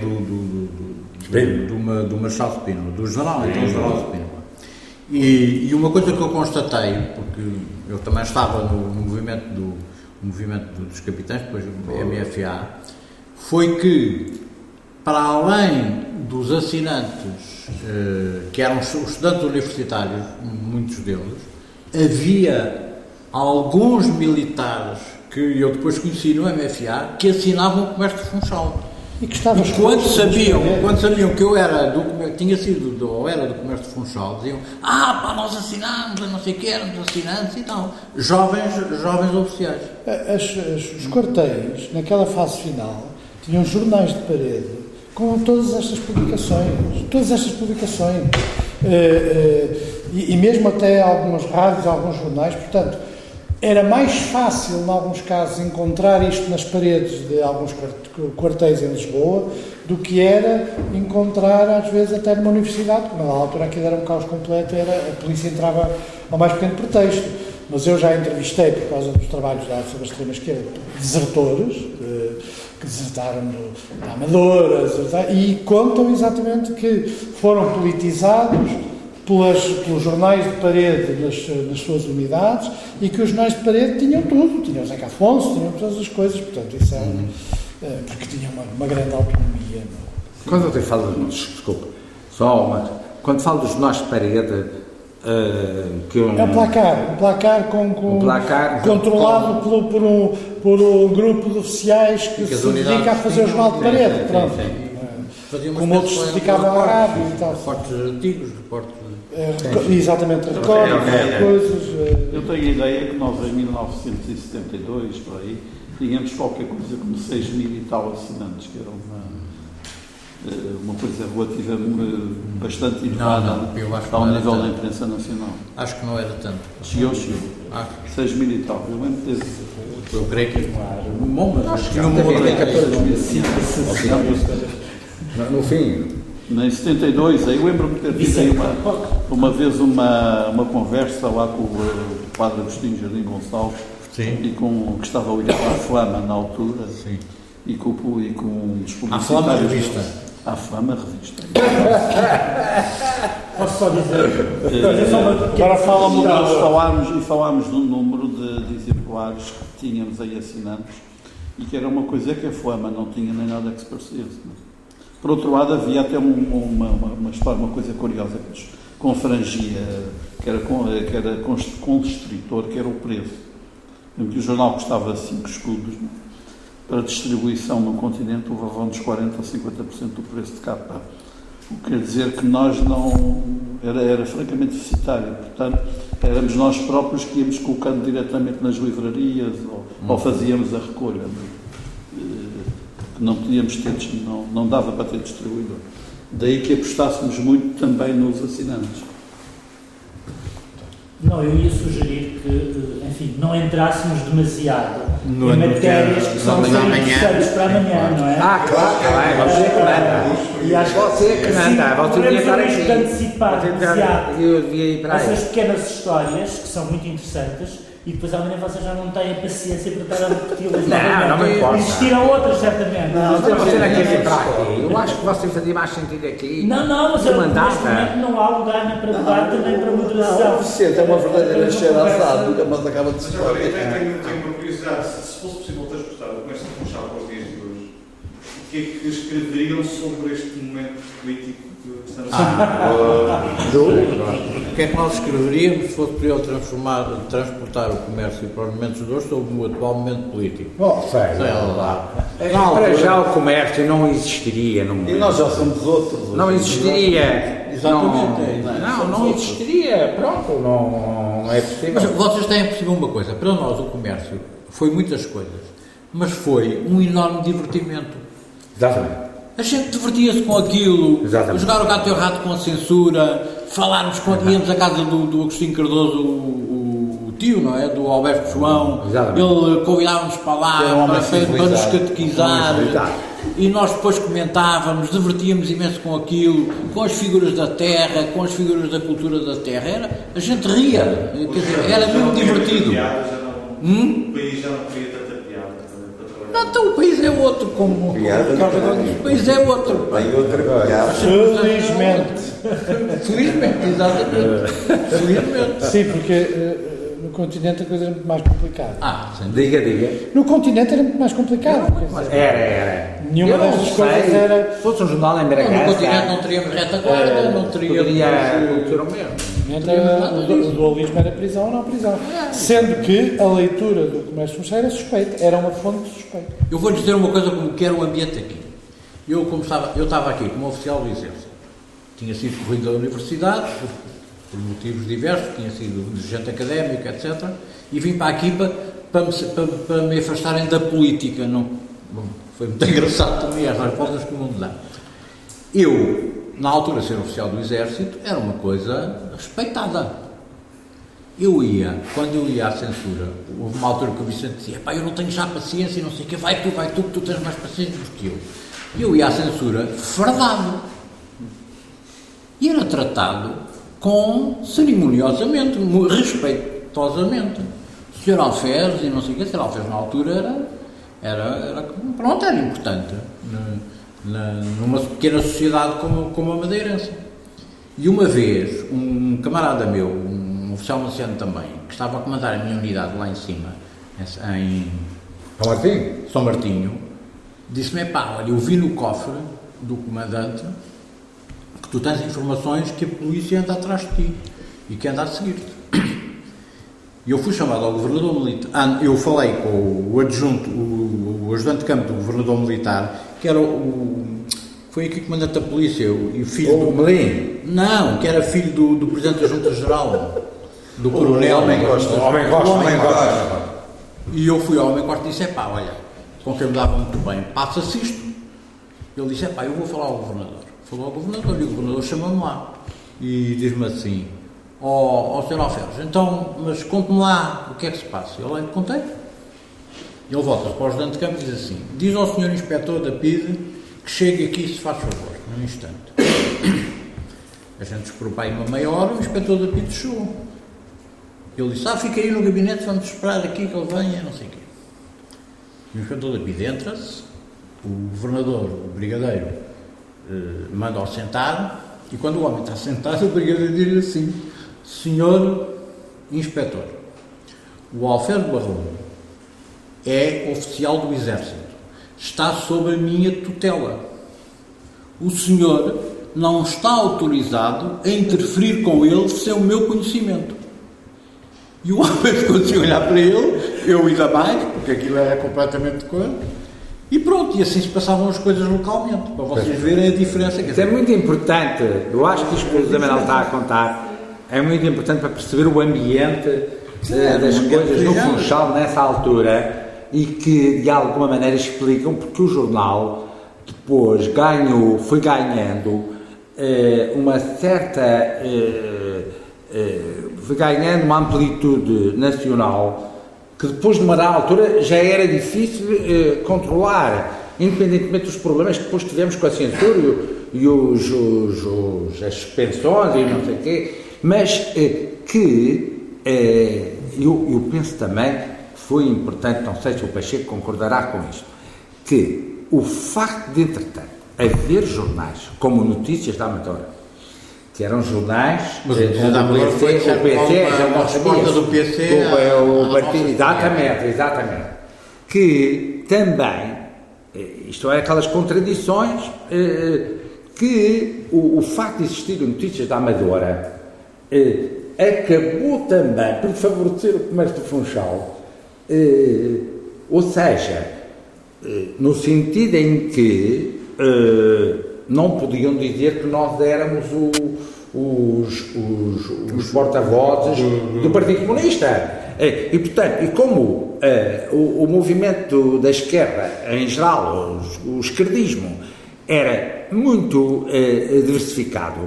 do Marshal Spínola, do general, então general Spínola. E uma coisa que eu constatei, porque eu também estava no movimento dos capitães, depois do MFA, foi que, para além dos assinantes, que eram os estudantes universitários, muitos deles, havia alguns militares que eu depois conheci no MFA, que assinavam o comércio de Funchal. E que estavam quando sabiam que eu era tinha sido ou era do comércio de Funchal, diziam: nós assinámos, não sei o que, éramos assinantes e tal. Jovens oficiais. Os quartéis, naquela fase final, tinham jornais de parede com todas estas publicações. E mesmo até algumas rádios, alguns jornais. Portanto, era mais fácil, em alguns casos, encontrar isto nas paredes de alguns quartéis em Lisboa do que era encontrar, às vezes, até numa universidade, porque na altura aquilo era um caos completo, a polícia entrava ao mais pequeno pretexto. Mas eu já entrevistei, por causa dos trabalhos sobre a extrema-esquerda, desertores, que desertaram da Amadora, e contam exatamente que foram politizados pelos jornais de parede nas suas unidades e que os jornais de parede tinham tudo, tinham o Zeca Afonso, tinham todas as coisas, portanto, isso era porque tinham uma grande autonomia. Quando eu falo, desculpa, quando falo dos jornais de parede, é um placar controlado por um grupo de oficiais que se dedica a fazer o jornal de parede. Como outros se dedicavam à rádio e tal. Reportes antigos, reportes. Exatamente, recortes, coisas. Eu tenho a ideia que nós, em 1972, por aí, tínhamos qualquer coisa como 6 mil e tal assinantes, que era uma coisa relativamente bastante elevada ao nível da imprensa nacional. Acho que não era tanto. Chegou. 6 mil e tal. Eu lembro de ter. Eu creio que acho que não tem 14 mil. No fim. Em 72, eu lembro-me de ter tido uma vez uma conversa lá com o padre Agostinho Jardim Gonçalves, e que estava ligado à Flama na altura, e com os publicitários. À Flama Revista. À Flama Revista. Posso só dizer? Agora falámos de um número de exemplares que tínhamos aí assinantes, e que era uma coisa que a Flama não tinha nem nada que se parecesse. Por outro lado, havia até uma história, uma coisa curiosa que nos confrangia, que era constritor, que era o preço. Que o jornal custava 5 escudos, para distribuição no continente levava-nos 40% a 50% do preço de capa. O que quer dizer que nós não... Era francamente deficitário. Portanto, éramos nós próprios que íamos colocando diretamente nas livrarias ou fazíamos a recolha. Não podíamos ter, não dava para ter distribuidor. Daí que apostássemos muito também nos assinantes. Não, eu ia sugerir que, enfim, não entrássemos demasiado em matérias que são interessantes para amanhã, não é? Claro, você é que manda. E acho que você é que manda, você devia estar aqui. Antecipar demasiado eu devia ir para aí. essas pequenas histórias, que são muito interessantes, e depois amanhã vocês já não têm paciência para estar a repeti-las. Não me importa. Existiram outras, certamente. Você não quer vir para aqui. Eu acho que você fazia mais sentido aqui. Não, mas neste momento não há lugar nem para debate, nem para moderação. Vicente, é uma verdadeira cheira assado, nunca mais acaba de se falar. Eu tenho uma curiosidade, se fosse possível transportar o comércio de Funchal para os dias de hoje, o que é que escreveriam sobre este momento político que estamos a O que é que nós escreveríamos se fosse para ele transportar o comércio para os momentos de hoje sobre o atual momento político? Para já o comércio não existiria no mundo. E nós já somos outros. Não existiria. Exatamente. Não existiria. Pronto, não é possível. Mas vocês têm a perceber uma coisa. Para nós o comércio foi muitas coisas, mas foi um enorme divertimento. Exatamente. A gente divertia-se com aquilo, jogar o gato e o rato com a censura, falarmos íamos à casa do Agostinho Cardoso, o tio, não é? Do Alberto João. Ele convidava-nos para lá para nos catequizar. E nós depois comentávamos, divertíamos imenso com aquilo, com as figuras da terra, com as figuras da cultura da terra. A gente ria, quer dizer, era mesmo divertido. O país já não queria tanta piada para trabalhar. Então o país é outro, como o Carlos diz, o país é outro. Tem outra piada. Felizmente, exatamente. Felizmente. Sim, porque no continente a coisa era muito mais complicada. Diga. No continente era muito mais complicado. Era. Nenhuma destas coisas era... Se fosse um jornal em Bragança... No continente não teríamos retaguarda, não teríamos cultura mesmo. O dualismo era prisão ou não prisão. Sendo que a leitura do comércio funcionário era suspeita. Era uma fonte de suspeita. Eu vou dizer uma coisa como que era o ambiente aqui. Eu estava aqui como oficial do Exército. Tinha sido corrido da universidade, por motivos diversos, tinha sido dirigente académico, etc. E vim para aqui para me afastarem da política. Foi muito engraçado também as respostas que o mundo dá. Eu, na altura, ser oficial do Exército era uma coisa respeitada. Quando eu ia à censura, houve uma altura que o Vicente dizia, pá, eu não tenho já paciência e não sei o quê, vai tu, que tu tens mais paciência do que eu. E eu ia à censura fardado. E era tratado cerimoniosamente, respeitosamente. O Sr. Alferes e não sei o quê, o Sr. Alferes na altura era importante numa pequena sociedade como a madeirense. E uma vez, um camarada meu, um oficial miliciano também, que estava a comandar a minha unidade lá em cima, em São Martinho, disse-me, pá, olha, eu vi no cofre do comandante que tu tens informações que a polícia anda atrás de ti e que anda a seguir-te. E eu fui chamado ao governador militar, eu falei com o adjunto, o ajudante de campo do governador militar, que era foi aqui o comandante da polícia, e o filho do Melim. Não, que era filho do presidente da Junta-Geral, do coronel. Homem Costa. E eu fui ao Homem Costa e disse, pá, olha, com quem me dava muito bem, passa-se isto. Ele disse, pá, eu vou falar ao governador. Falou ao governador e o governador chamou-me lá e diz-me assim, ó Sr. Alferes, então, mas conte-me lá o que é que se passa. Eu lhe contei. Ele volta para o ajudante de campo e diz assim, diz ao Sr. Inspetor da PIDE que chegue aqui, se faz favor, num instante. A gente esperou para aí uma meia hora, o Inspetor da PIDE chegou. Ele disse, fica aí no gabinete, vamos esperar aqui que ele venha, não sei o quê. E o Inspetor da PIDE entra-se, o governador, o brigadeiro, manda-o sentar, e quando o homem está sentado, o brigadeiro diz-lhe assim, Senhor Inspetor, o Alferes Barroso é oficial do Exército, está sob a minha tutela. O senhor não está autorizado a interferir com ele sem o meu conhecimento. E o homem ficou assim a olhar para ele, eu ainda mais, porque aquilo era completamente coisa, e pronto, e assim se passavam as coisas localmente, para vocês verem a diferença. Isso é muito importante, eu acho que isto que o José Manuel está a contar é muito importante para perceber o ambiente das coisas no Funchal nessa altura, e que de alguma maneira explicam porque o jornal depois foi ganhando uma certa foi ganhando uma amplitude nacional que depois de uma dada altura já era difícil controlar, independentemente dos problemas que depois tivemos com a censura e as suspensões e não sei o quê, mas que eu penso também foi importante, não sei se o Pacheco concordará com isto, que o facto de, entretanto, haver jornais como Notícias da Amadora, que eram jornais o PC, do PC, o partido, exatamente, que também, isto é, aquelas contradições, que o facto de existir Notícias da Amadora acabou também por favorecer o comércio do Funchal. Ou seja, no sentido em que não podiam dizer que nós éramos os porta-vozes do Partido Comunista. E, portanto, e como o movimento da esquerda, em geral, o esquerdismo, era muito diversificado,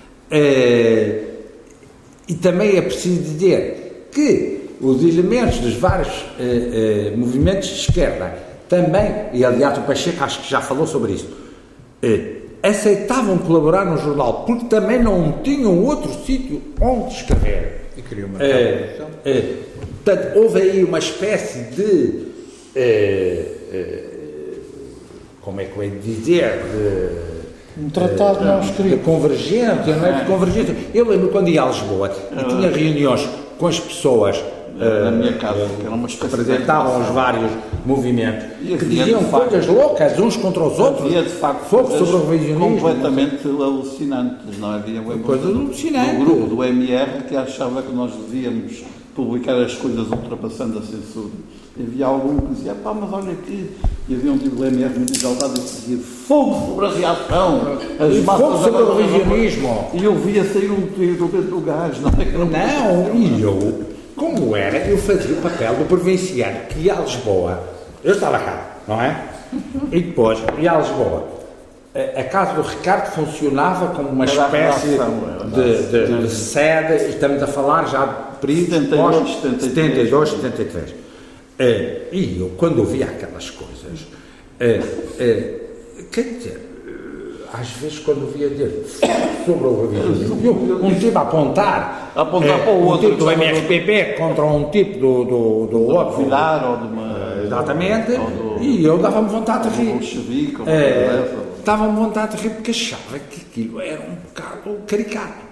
e também é preciso dizer que os elementos dos vários movimentos de esquerda também, e aliás o Pacheco acho que já falou sobre isso, aceitavam colaborar no jornal porque também não tinham outro sítio onde escrever. E queriam uma portanto, houve aí uma espécie de como é que eu ia dizer, um tratado não escrito, de convergência, não é? De convergência. Eu lembro quando ia a Lisboa e tinha reuniões com as pessoas na minha casa, que era uma que representavam os vários movimentos, que diziam coisas loucas uns contra os outros. Havia de facto fogo sobre o revisionismo completamente alucinantes, não havia coisas alucinantes. O grupo do MR que achava que nós devíamos publicar as coisas ultrapassando a censura. E havia algum que dizia, mas olha aqui, e havia um tipo do MR muito exaltado e dizia fogo sobre a reação, fogo sobre o revisionismo. E eu via sair um tiro do gás, não é? E eu, como era, eu fazia o papel do provinciano que ia a Lisboa. Eu estava cá, não é? E depois ia a Lisboa. A casa do Ricardo funcionava como uma espécie de sede, estamos a falar já cumpridos, 72, 73. E eu, quando ouvia aquelas coisas, quer dizer, às vezes quando via dizer sobre o revisionismo, um tipo a apontar para o outro, tipo do MRPP contra um tipo do outro, exatamente, e eu dava-me vontade de rir. Dava-me vontade de rir porque achava que aquilo era um bocado caricato.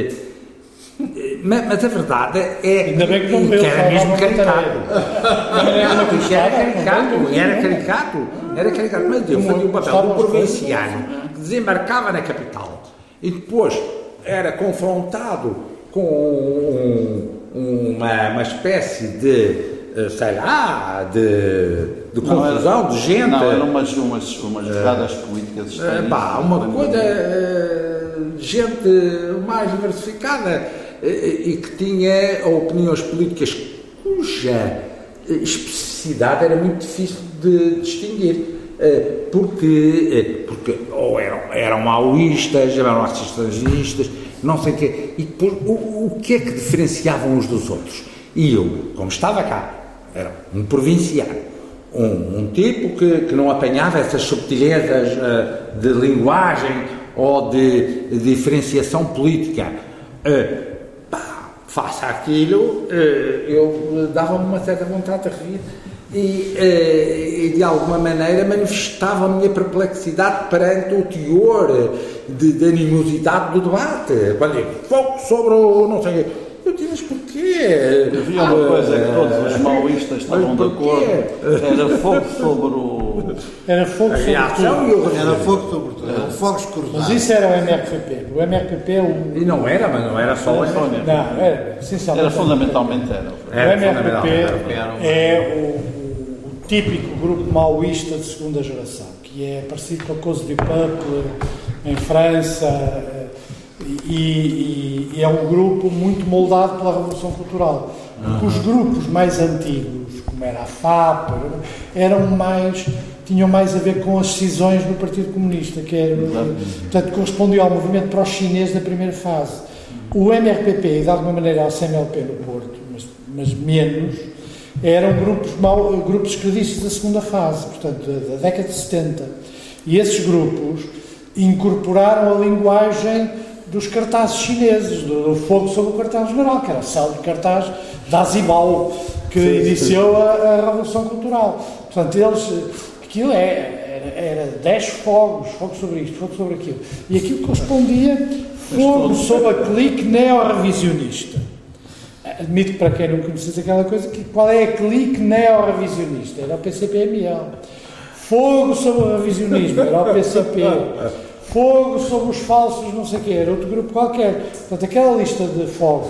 Mas a verdade é que era mesmo caricato. Era caricato. Mas eu fazia o papel do provinciano que desembarcava na capital e depois era confrontado com uma espécie de, sei lá, de confusão, de gente. Não, eram umas jogadas políticas estranhas. Uma coisa de gente mais diversificada e que tinha opiniões políticas cuja especificidade era muito difícil de distinguir, porque ou eram maoístas, eram marxistas, não sei o quê, e depois o que é que diferenciavam uns dos outros? E eu, como estava cá, era um provinciano, um tipo que não apanhava essas subtilezas de linguagem ou de diferenciação política. Face àquilo, eu dava-me uma certa vontade de rir e de alguma maneira manifestava a minha perplexidade perante o teor de animosidade do debate. Quando digo, foco sobre o não sei o quê, eu disse, mas porquê? Havia uma coisa que todos os maoístas estavam de acordo, era fogo sobre o... Era fogo sobre tudo. Era fogo sobre tudo. Fogos cruzados. Mas isso era o MRPP. O MRPP... E não era, mas não era só o MRPP. Não, era essencialmente... Era fundamentalmente o MRPP é o típico grupo maoísta de segunda geração, que é parecido com a Cause du Peuple em França, e é um grupo muito moldado pela Revolução Cultural. Porque os grupos mais antigos, como era a FAP, tinham mais a ver com as cisões do Partido Comunista, portanto, correspondiam ao movimento pró-chinês da primeira fase. O MRPP, e de alguma maneira ao CMLP no Porto, mas menos, eram grupos esquerdistas da segunda fase, portanto, da década de 70. E esses grupos incorporaram a linguagem dos cartazes chineses, do fogo sobre o quartel-general, que era o célebre cartaz da Zibao, que iniciou a Revolução Cultural. Portanto, aquilo era 10 fogos sobre isto, fogo sobre aquilo. E aquilo correspondia fogo sobre a clique neo-revisionista. Admito que para quem não conhecesse aquela coisa, qual é a clique neo-revisionista? Era o PCP-ML. Fogo sobre o revisionismo, era o PCP. Fogo sobre os falsos, não sei o quê, era outro grupo qualquer. Portanto, aquela lista de fogos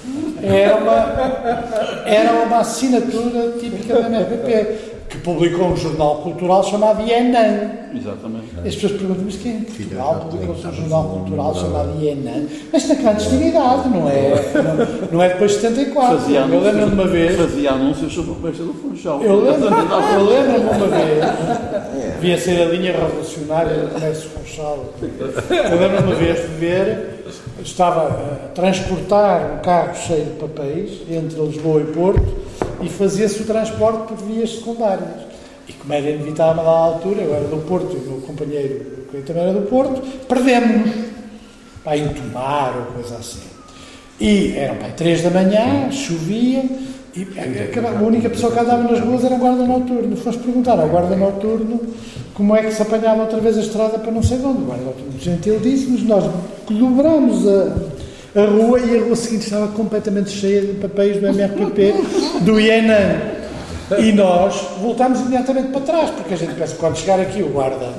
era uma assinatura típica da MRPP, que publicou um jornal cultural chamado Yenan. Exatamente. As pessoas perguntam, mas quem? Portugal publicou um jornal cultural chamado Yenan. Mas na clandestinidade, não é depois de 74. Eu lembro-me uma vez... Fazia anúncios sobre o comércio do Funchal. Eu lembro-me uma vez... Devia ser a linha revolucionária do comércio Funchal. Eu lembro-me uma vez de ver... Estava a transportar um carro cheio de papéis entre Lisboa e Porto e fazia-se o transporte por vias secundárias. E como era inevitável a dada altura, eu era do Porto e o meu companheiro que também era do Porto, perdemos-nos para entomar ou coisa assim. E eram 3 da manhã, chovia, e a única pessoa que andava nas ruas era o guarda noturno. Fomos perguntar ao guarda noturno como é que se apanhava outra vez a estrada para não sei de onde. O guarda noturno gentil disse-nos, nós dobramos a rua e a rua seguinte estava completamente cheia de papéis do MRPP, do Yenan. E nós voltámos imediatamente para trás, porque a gente pensa que quando chegar aqui o guarda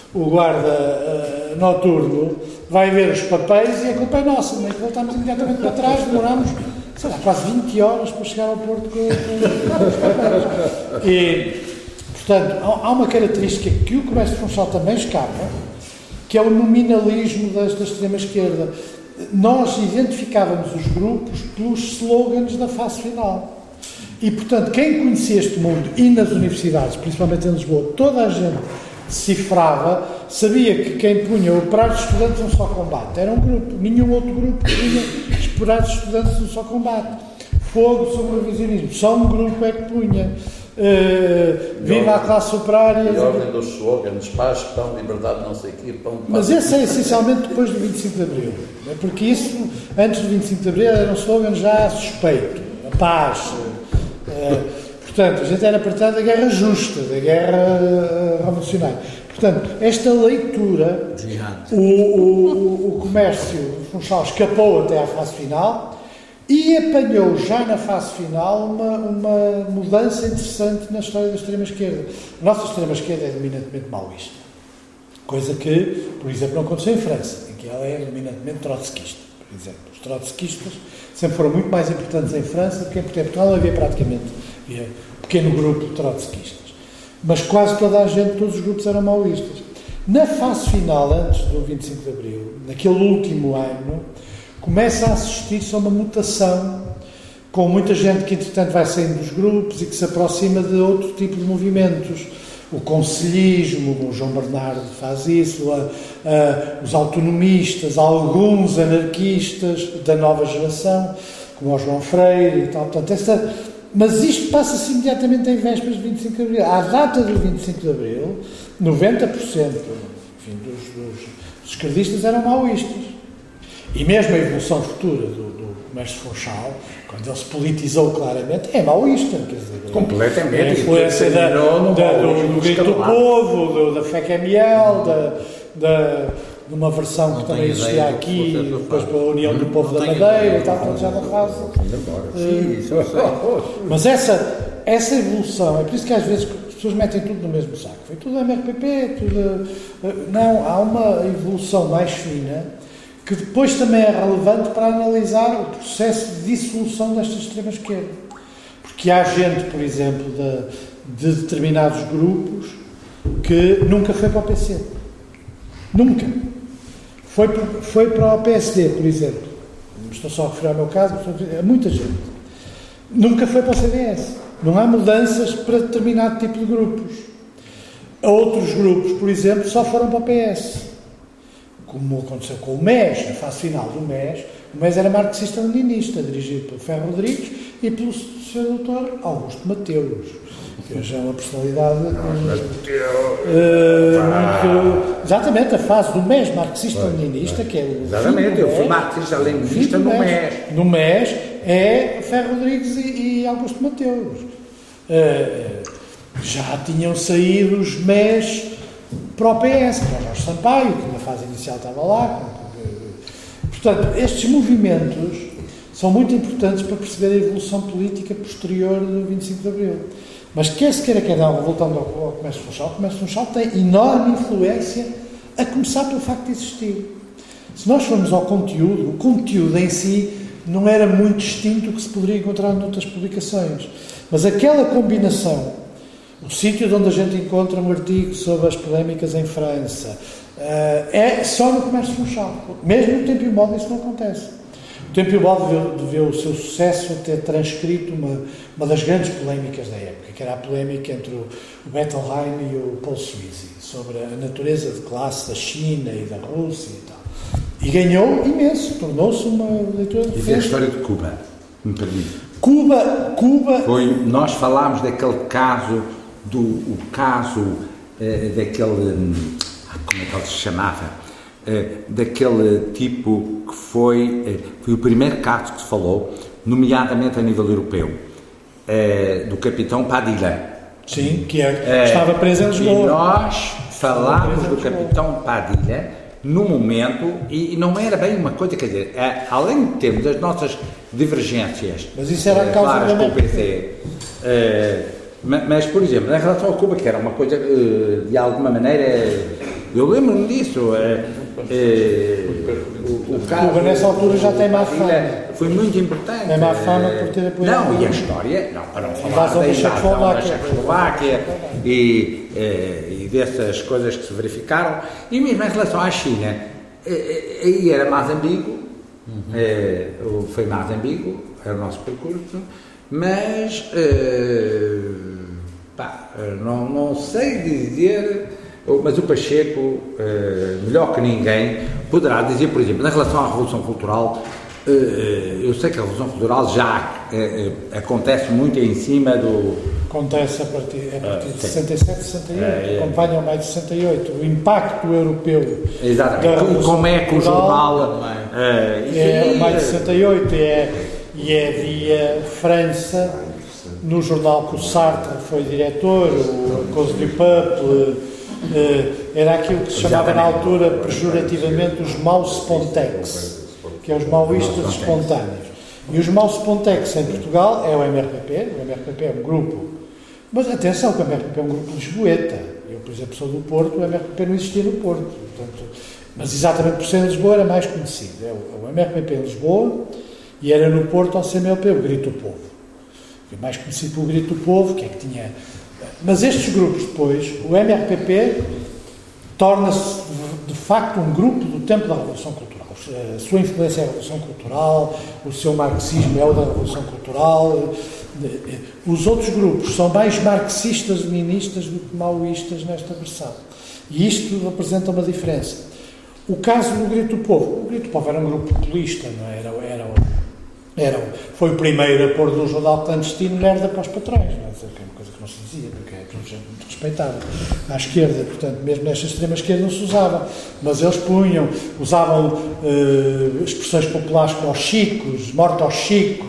noturno vai ver os papéis e a culpa é nossa, mas voltámos imediatamente para trás, demorámos, sei lá, quase 20 horas para chegar ao Porto com os papéis. E, portanto, há uma característica que o comércio funchal também escapa, que é o nominalismo da extrema-esquerda. Nós identificávamos os grupos pelos slogans da fase final. E, portanto, quem conhecia este mundo e nas universidades, principalmente em Lisboa, toda a gente decifrava, sabia que quem punha operários estudantes num só combate era um grupo, nenhum outro grupo punha operários estudantes num só combate. fogo sobre o revisionismo. Só um grupo é que punha. Viva a classe operária. E a ordem dos slogans, paz, pão, liberdade, não sei o quê, pão. Mas esse é essencialmente depois do 25 de Abril. Porque isso, antes do 25 de Abril, era um slogan já suspeito. A paz. Portanto, a gente era partidário da guerra justa, da guerra revolucionária. Portanto, esta leitura, o comércio Funchal escapou até à fase final e apanhou já na fase final uma mudança interessante na história da extrema-esquerda. A nossa extrema-esquerda é dominantemente maoísta, coisa que, por exemplo, não aconteceu em França, em que ela é dominantemente trotskista, por exemplo. Os trotskistas sempre foram muito mais importantes em França do que em Portugal. Havia praticamente um pequeno grupo de trotskistas. Mas quase toda a gente, todos os grupos eram maoístas. Na fase final, antes do 25 de Abril, naquele último ano, começa a assistir-se a uma mutação, com muita gente que, entretanto, vai saindo dos grupos e que se aproxima de outro tipo de movimentos. O conselhismo, o João Bernardo faz isso, os autonomistas, alguns anarquistas da nova geração, como o João Freire e tal. Portanto, mas isto passa-se imediatamente em vésperas de 25 de Abril. À data do 25 de Abril, 90% enfim, dos esquerdistas eram maoístas. E mesmo a evolução futura do comércio Funchal, quando ele se politizou claramente, é maoísta. Quer dizer, completamente. A influência do grito do povo, da FECML, de uma versão que também existia aqui, depois pela União do Povo da Madeira e tal, portanto já não faz. Mas essa evolução, é por isso que às vezes as pessoas metem tudo no mesmo saco. Foi tudo MRPP, tudo. Não, há uma evolução mais fina que depois também é relevante para analisar o processo de dissolução desta extrema-esquerda. Porque há gente, por exemplo, de determinados grupos que nunca foi para o PC. Nunca. Foi para o PSD, por exemplo. Estou só a referir ao meu caso, a muita gente. Nunca foi para o CDS. Não há mudanças para determinado tipo de grupos. Outros grupos, por exemplo, só foram para o PS. Como aconteceu com o MES, na fase final do MES. O MES era marxista-leninista, dirigido pelo Ferro Rodrigues e pelo Sr. Dr. Augusto Mateus, que hoje é uma personalidade exatamente, a fase do MES marxista-leninista, que é o... Exatamente, eu fui marxista-leninista no MES. No MES é Ferro Rodrigues e Augusto Mateus. Já tinham saído os MES para o PS, para o Jorge Sampaio, que na fase inicial estava lá. Portanto, estes movimentos são muito importantes para perceber a evolução política posterior do 25 de Abril. Mas quer se queira, quer não, voltando ao comércio Funchal, o comércio Funchal tem enorme influência, a começar pelo facto de existir. Se nós formos ao conteúdo, o conteúdo em si não era muito distinto do que se poderia encontrar noutras publicações. Mas aquela combinação, o sítio onde a gente encontra um artigo sobre as polémicas em França, é só no comércio Funchal. Mesmo no Tempo e o Modo isso não acontece. O Tempo e o Modo deveu o seu sucesso a ter transcrito uma das grandes polémicas da época, que era a polémica entre o Bettelheim e o Paul Sweezy, sobre a natureza de classe da China e da Rússia e tal. E ganhou imenso, tornou-se uma leitura de defesa. E a história de Cuba, me permite. Cuba... Nós falámos daquele caso, daquele... como é que ele se chamava? Daquele tipo que foi o primeiro caso que se falou, nomeadamente a nível europeu, do capitão Padilha. Sim, que estava preso em Lisboa. E nós falámos do capitão Padilha no momento, e não era bem uma coisa, quer dizer, além de termos as nossas divergências, mas isso era a causa claras com o PC, mas, por exemplo, em relação ao Cuba, que era uma coisa, de alguma maneira, eu lembro-me disso, o caso... Cuba nessa altura já tem má fama. Foi muito importante. Tem má fama por ter apoiado. Não, e a história, para não falar da Checoslováquia e dessas coisas que se verificaram, e mesmo em relação à China, aí era mais ambíguo, foi mais ambíguo, era o nosso percurso, mas não sei dizer, mas o Pacheco, melhor que ninguém, poderá dizer, por exemplo, em relação à Revolução Cultural, Eu sei que a Revolução Cultural já acontece muito em cima do... Acontece a partir de 67, 68, acompanha o maio de 68, o impacto europeu. Exatamente, como é que o jornal... o maio de 68 e é via França, no jornal que o Sartre foi diretor, o Cause du Peuple, era aquilo que se chamava na altura, pejorativamente, os maus spontex, que é os maoístas espontâneos. E os maus spontex em Portugal é o MRPP é um grupo, mas atenção que o MRPP é um grupo lisboeta. Eu, por exemplo, sou do Porto, o MRPP não existia no Porto, portanto, mas exatamente por ser em Lisboa era mais conhecido. É o MRPP em Lisboa e era no Porto ao CMLP, o Grito do Povo. Foi mais conhecido pelo Grito do Povo, que é que tinha... Mas estes grupos depois, o MRPP torna-se de facto um grupo do tempo da Revolução Cultural. A sua influência é a Revolução Cultural, o seu marxismo é o da Revolução Cultural. Os outros grupos são mais marxistas-leninistas do que maoístas nesta versão. E isto representa uma diferença. O caso do Grito do Povo. O Grito do Povo era um grupo populista, não é? Foi o primeiro a pôr no jornal clandestino merda para os patrões, não é? Que é uma coisa que não se dizia, porque é muito respeitável à esquerda, portanto, mesmo nesta extrema esquerda não se usava, mas eles usavam expressões populares como os chicos, mortos aos chicos,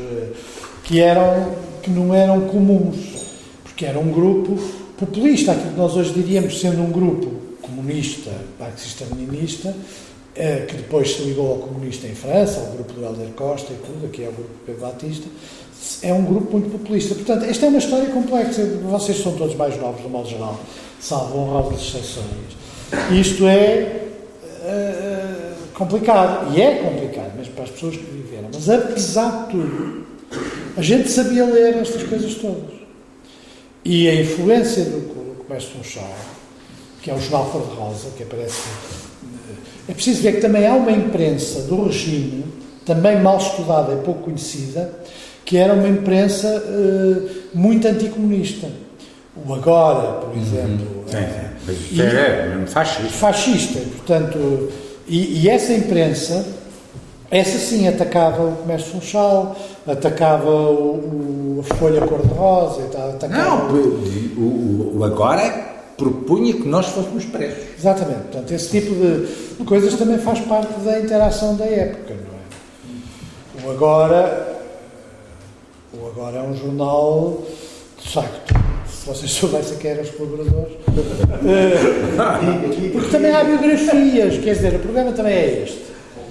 que não eram comuns, porque era um grupo populista, aquilo que nós hoje diríamos sendo um grupo comunista, marxista-leninista, que depois se ligou ao comunista em França, ao grupo do Helder Costa e tudo, aqui é o grupo do Pedro Batista, é um grupo muito populista. Portanto, esta é uma história complexa. Vocês são todos mais novos, do modo geral, salvo honrosas exceções. Isto é complicado, e é complicado, mesmo para as pessoas que viveram. Mas, apesar de tudo, a gente sabia ler estas coisas todas. E a influência do Comércio Funchal, que é o jornal Cor-de-Rosa, que aparece... É preciso ver que também há uma imprensa do regime, também mal estudada e pouco conhecida, que era uma imprensa muito anticomunista. O Agora, por exemplo... fascista. Portanto, e essa imprensa, essa sim atacava o Comércio Funchal, atacava a Folha Cor-de-Rosa, atacava... Não, o Agora propunha que nós fôssemos presos. Exatamente. Portanto, esse tipo de coisas também faz parte da interação da época, não é? O Agora é um jornal, de facto, se vocês soubessem quem eram os colaboradores. Porque também há biografias, quer dizer, o programa também é este.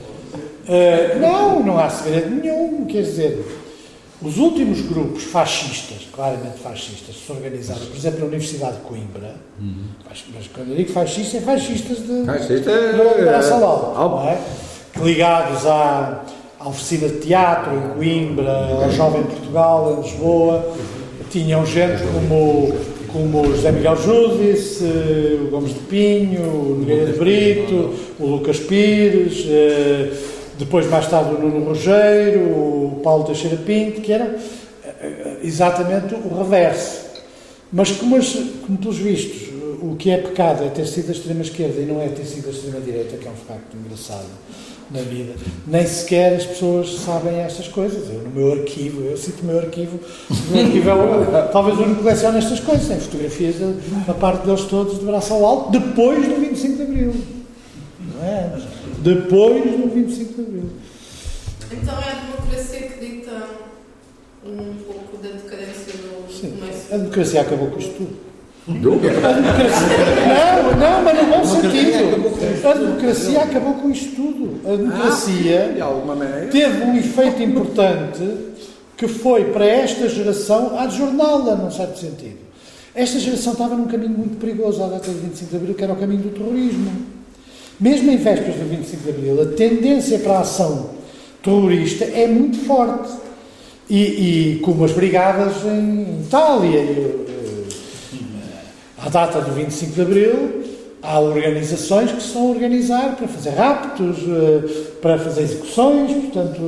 Não há segredo nenhum, quer dizer, os últimos grupos fascistas, claramente fascistas, se organizaram, por exemplo, na Universidade de Coimbra, mas quando eu digo fascista, é fascistas de braço ao alto, não é? Ligados à oficina de teatro em Coimbra, ao Jovem Portugal em Lisboa, tinham gente como o José Miguel Júdice, o Gomes de Pinho, o Nogueira de Brito, o Lucas Pires, depois mais tarde o Nuno Rogério, o Paulo Teixeira Pinto, que eram exatamente o reverso. Mas como pelos vistos, o que é pecado é ter sido da extrema-esquerda e não é ter sido da extrema-direita, que é um facto engraçado na vida. Nem sequer as pessoas sabem estas coisas. Eu, no meu arquivo, eu cito o meu arquivo é talvez o único que coleciona estas coisas. Tem fotografias da parte deles todos de braço ao alto, depois do 25 de Abril. Não é? Depois do 25 de Abril. Então é a democracia que dita um pouco da decadência do comércio? A democracia acabou com isto tudo. A democracia, não, mas no bom sentido. A democracia acabou com isto tudo. A democracia teve um efeito importante que foi para esta geração a jornada, num certo sentido. Esta geração estava num caminho muito perigoso à data do 25 de Abril, que era o caminho do terrorismo. Mesmo em vésperas do 25 de Abril, a tendência para a ação terrorista é muito forte. E como as brigadas em Itália, à data do 25 de Abril, há organizações que se estão a organizar para fazer raptos, para fazer execuções, portanto,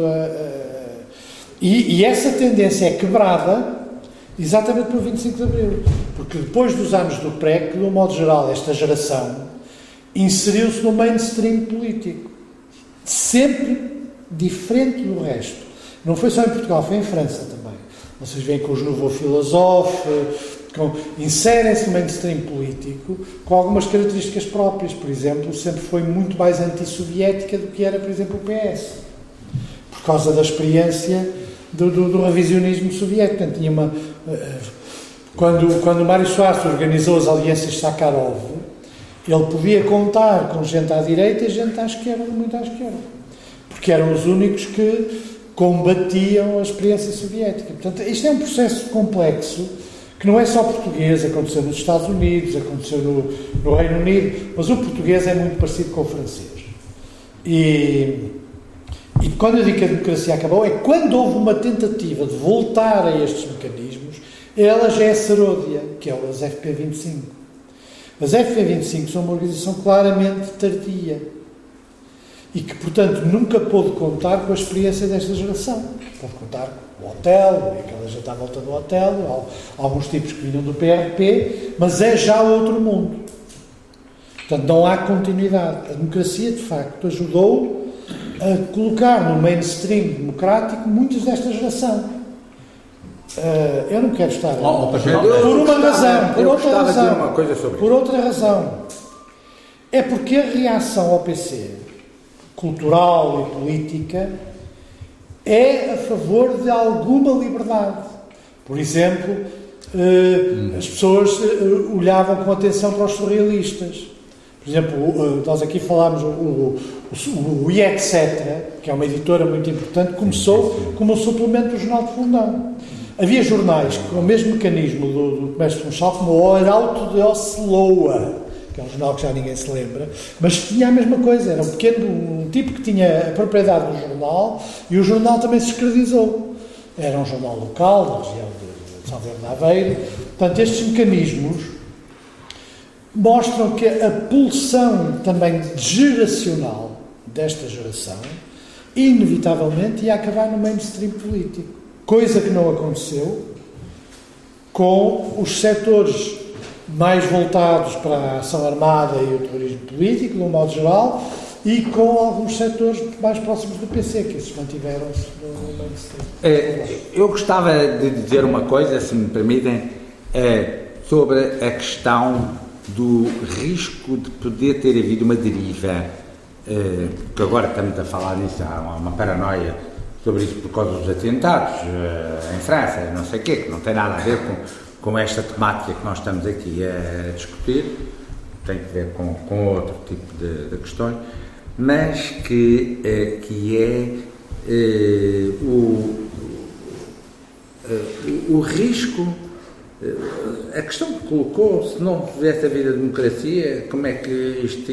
e essa tendência é quebrada exatamente pelo 25 de Abril, porque depois dos anos do PREC, de um modo geral, esta geração inseriu-se no mainstream político, sempre diferente do resto. Não foi só em Portugal, foi em França também. Vocês veem que os nouveaux philosophes inserem-se no mainstream político com algumas características próprias. Por exemplo, sempre foi muito mais antissoviética do que era, por exemplo, o PS. Por causa da experiência do revisionismo soviético. Portanto, tinha uma... Quando o Mário Soares organizou as alianças Sakharov, ele podia contar com gente à direita e gente à esquerda, muito à esquerda. Porque eram os únicos que combatiam a experiência soviética. Portanto, isto é um processo complexo que não é só português, aconteceu nos Estados Unidos, aconteceu no Reino Unido, mas o português é muito parecido com o francês. E quando eu digo que a democracia acabou, é quando houve uma tentativa de voltar a estes mecanismos, ela já é seródia, que é as FP25. As FP25 são uma organização claramente tardia e que, portanto, nunca pôde contar com a experiência desta geração. Pôde contar com o hotel, aquela gente à volta do hotel, alguns tipos que vinham do PRP, mas é já outro mundo. Portanto, não há continuidade. A democracia, de facto, ajudou a colocar no mainstream democrático muitos desta geração. Eu não quero estar... por uma razão, por outra razão. É porque a reação ao PC, cultural e política, é a favor de alguma liberdade. Por exemplo, as pessoas olhavam com atenção para os surrealistas. Por exemplo, nós aqui falámos o Etc., que é uma editora muito importante, começou como um suplemento do Jornal de Fundão. Havia jornais com o mesmo mecanismo do Comércio Funchal, como o Arauto de Osloa, que é um jornal que já ninguém se lembra, mas tinha a mesma coisa, era um tipo que tinha a propriedade do jornal e o jornal também se escravizou. Era um jornal local, da região de São Bernardo de Aveiro. Portanto, estes mecanismos mostram que a pulsão também geracional desta geração inevitavelmente ia acabar no mainstream político. Coisa que não aconteceu com os setores mais voltados para a ação armada e o terrorismo político, de um modo geral, e com alguns setores mais próximos do PC, que esses mantiveram-se no mainstream. Eu gostava de dizer uma coisa, se me permitem, sobre a questão do risco de poder ter havido uma deriva, que agora estamos a falar nisso, há uma paranoia sobre isso por causa dos atentados em França, não sei o quê, que não tem nada a ver com esta temática que nós estamos aqui a discutir, tem que ver com outro tipo de questões, mas que é o risco, a questão que colocou, se não tivesse havido a democracia, como é que isto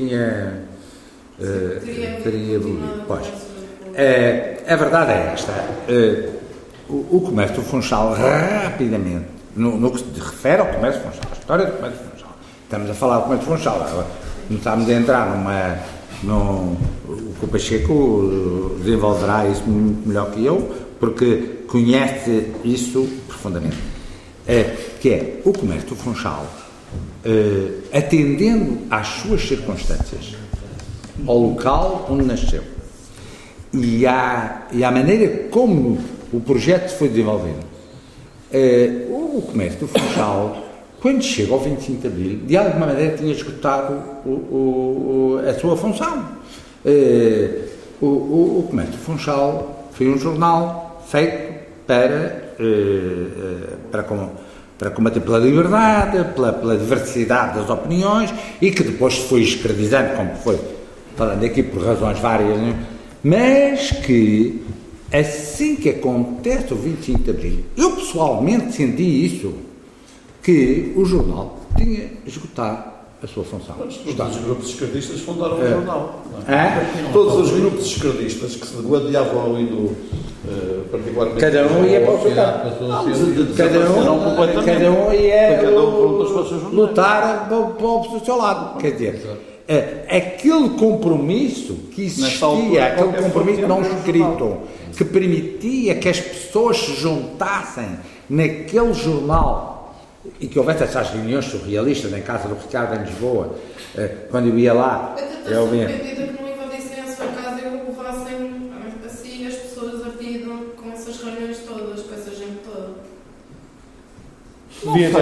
teria evoluído? Pois. A verdade é esta. O comércio Funchal, rapidamente, no que se refere ao comércio Funchal, a história do comércio Funchal, estamos a falar do comércio Funchal, não estamos a entrar o Pacheco desenvolverá isso muito melhor que eu, porque conhece isso profundamente. Que é o comércio Funchal, atendendo às suas circunstâncias, ao local onde nasceu, e à maneira como o projeto foi desenvolvido. O comércio Funchal, quando chega ao 25 de Abril, de alguma maneira tinha esgotado a sua função. O comércio Funchal foi um jornal feito para combater pela liberdade, pela diversidade das opiniões, e que depois se foi escravizando, como foi falando aqui por razões várias, mas que assim que acontece o 25 de Abril, eu pessoalmente senti isso, que o jornal tinha esgotado a sua função. Todos os grupos esquerdistas fundaram o jornal. Todos os grupos esquerdistas que se degladiavam ali do particularmente... Cada um ia para o seu lado. Cada um ia lutar para o seu lado. Quer dizer, aquele compromisso que existia, aquele compromisso não escrito, que permitia que as pessoas se juntassem naquele jornal e que houvesse essas reuniões surrealistas em casa do Ricardo em Lisboa, quando eu ia lá, eu via... que não invadissem a sua casa e o levassem assim Podia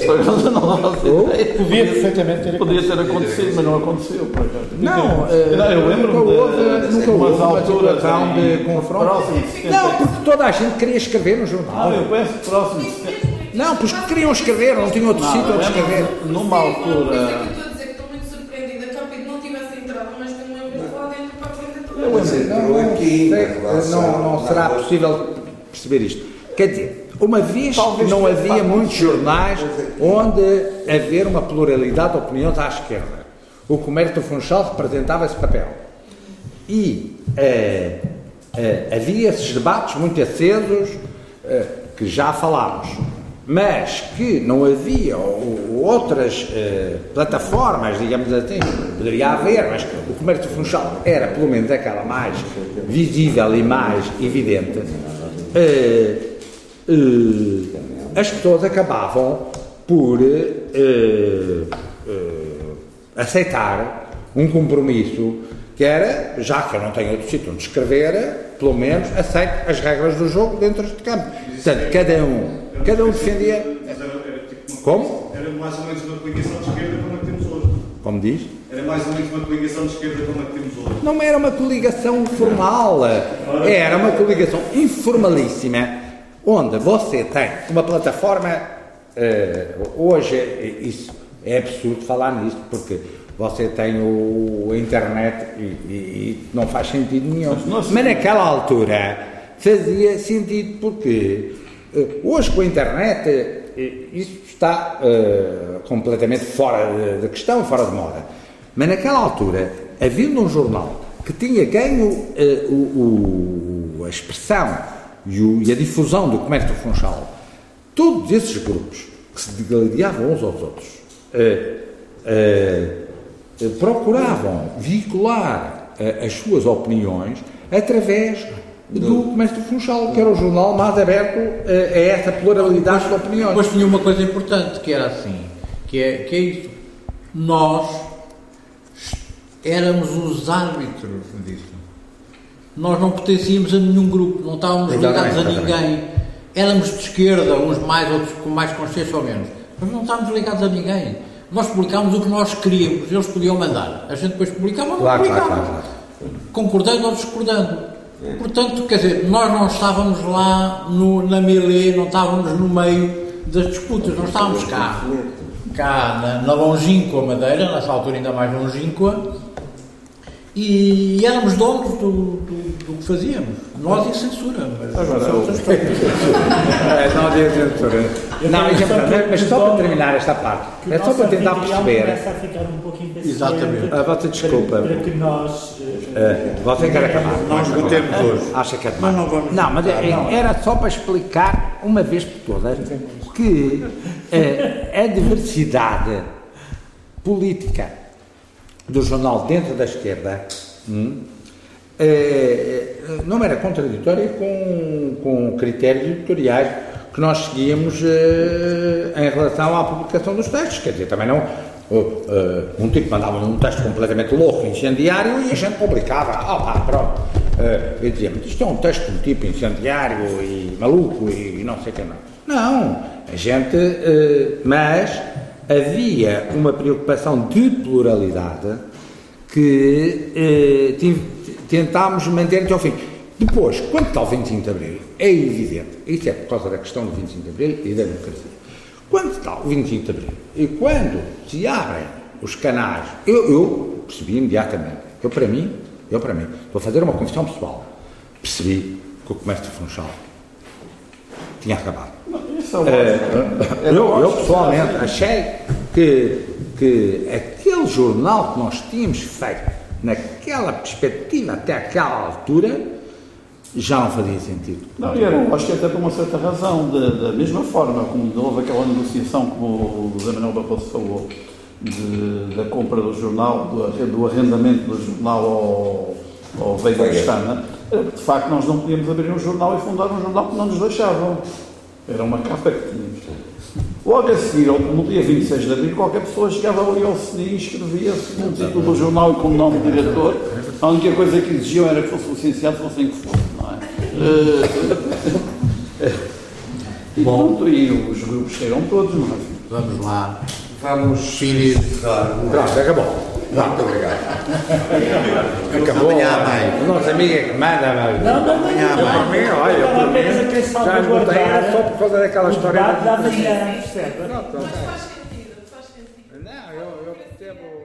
perfeitamente ter acontecido. Podia ter acontecido, mas não aconteceu. Eu lembro-me nunca houve uma situação de confronto. Não, porque toda a gente queria escrever no jornal. Eu penso que próximo de 70. Não, porque queriam escrever, não tinham outro sítio onde escrever. Numa altura. Estou a dizer que estou muito surpreendida que a Capit não tivesse entrado, mas que não é lá dentro para a frente. Não será possível perceber isto. Quer dizer, uma vez que não havia muitos jornais onde haver uma pluralidade de opiniões à esquerda. O Comércio do Funchal representava esse papel. E havia esses debates muito acesos que já falámos, mas que não havia outras plataformas, digamos assim, poderia haver, mas o Comércio do Funchal era pelo menos aquela mais visível e mais evidente. As pessoas acabavam por aceitar um compromisso que era, já que eu não tenho outro sítio onde escrever, pelo menos aceito as regras do jogo dentro deste campo. Portanto, cada um defendia... Como? Era mais ou menos uma coligação de esquerda como a que temos hoje. Como diz? Era mais ou menos uma coligação de esquerda como a que temos hoje. Não era uma coligação formal, era uma coligação informalíssima, onde você tem uma plataforma, hoje isso é absurdo falar nisso, porque você tem a internet e não faz sentido nenhum. Mas naquela altura fazia sentido, porque hoje com a internet isso está completamente fora de questão, fora de moda. Mas naquela altura, havendo um jornal que tinha ganho a expressão e a difusão do Comércio do Funchal, todos esses grupos que se degladiavam uns aos outros procuravam veicular as suas opiniões através do Comércio do Funchal, que era o jornal mais aberto a essa pluralidade de opiniões. Depois tinha uma coisa importante, que era assim, que é isso. Nós éramos os árbitros disso. Nós não pertencíamos a nenhum grupo, não estávamos ligados a ninguém. Éramos de esquerda, uns mais, outros com mais consciência ou menos, mas não estávamos ligados a ninguém. Nós publicávamos o que nós queríamos, eles podiam mandar. A gente depois publicava ou não publicava. Claro. Concordando ou discordando. Portanto, quer dizer, nós não estávamos lá na melee, não estávamos no meio das disputas, nós estávamos cá na longínqua Madeira, nessa altura ainda mais longínqua, e éramos donos do que fazíamos. Nós e censura. Não havia censura. Mas só para terminar esta parte, é só para tentar perceber. Começa a ficar um pouquinho exatamente. Você desculpa. Para que nós. Você quer acabar? Nós votemos hoje. Acha que é demais? Não, mas era só para explicar uma vez por todas que a diversidade política do jornal dentro da esquerda não era contraditória com critérios editoriais que nós seguíamos em relação à publicação dos textos. Quer dizer, também não... um tipo mandava um texto completamente louco, incendiário, e a gente publicava. Pronto. Eu dizia, mas isto é um texto de um tipo incendiário e maluco e não sei o que não. Não, a gente... mas havia uma preocupação de pluralidade que tentámos manter até ao fim. Depois, quando está o 25 de Abril, é evidente, isso é por causa da questão do 25 de Abril e da democracia. Quando está o 25 de Abril e quando se abrem os canais, eu percebi imediatamente, eu para mim, estou a fazer uma confissão pessoal, percebi que o Comércio do Funchal tinha acabado. Eu pessoalmente achei que aquele jornal que nós tínhamos feito naquela perspectiva até aquela altura já não fazia sentido. Não, eu acho que até por uma certa razão, da mesma forma como houve aquela negociação, como o José Manuel Barroso falou, da compra do jornal, do arrendamento do jornal ao Veiga Cristana, de facto nós não podíamos abrir um jornal e fundar um jornal que não nos deixavam. Era uma capa que tínhamos. Logo a seguir, no dia 26 de Abril, qualquer pessoa chegava ali ao CNI e escrevia-se no título do jornal e com o nome do diretor. A única coisa que exigiam era que fosse licenciado, fossem que fosse, não é? E pronto, e os grupos chegam todos, não é? Vamos lá. Vamos finir. Pronto, acabou. Muito obrigado. Acabou. Amanhã mais. O nosso amigo é que manda, mas... Não, Amanhã Eu, mais. por mim, olha, eu por mim, já esgotei só por causa daquela história. da manhã, percebe? Pronto, Mas ok. faz sentido, faz sentido. Não, eu percebo...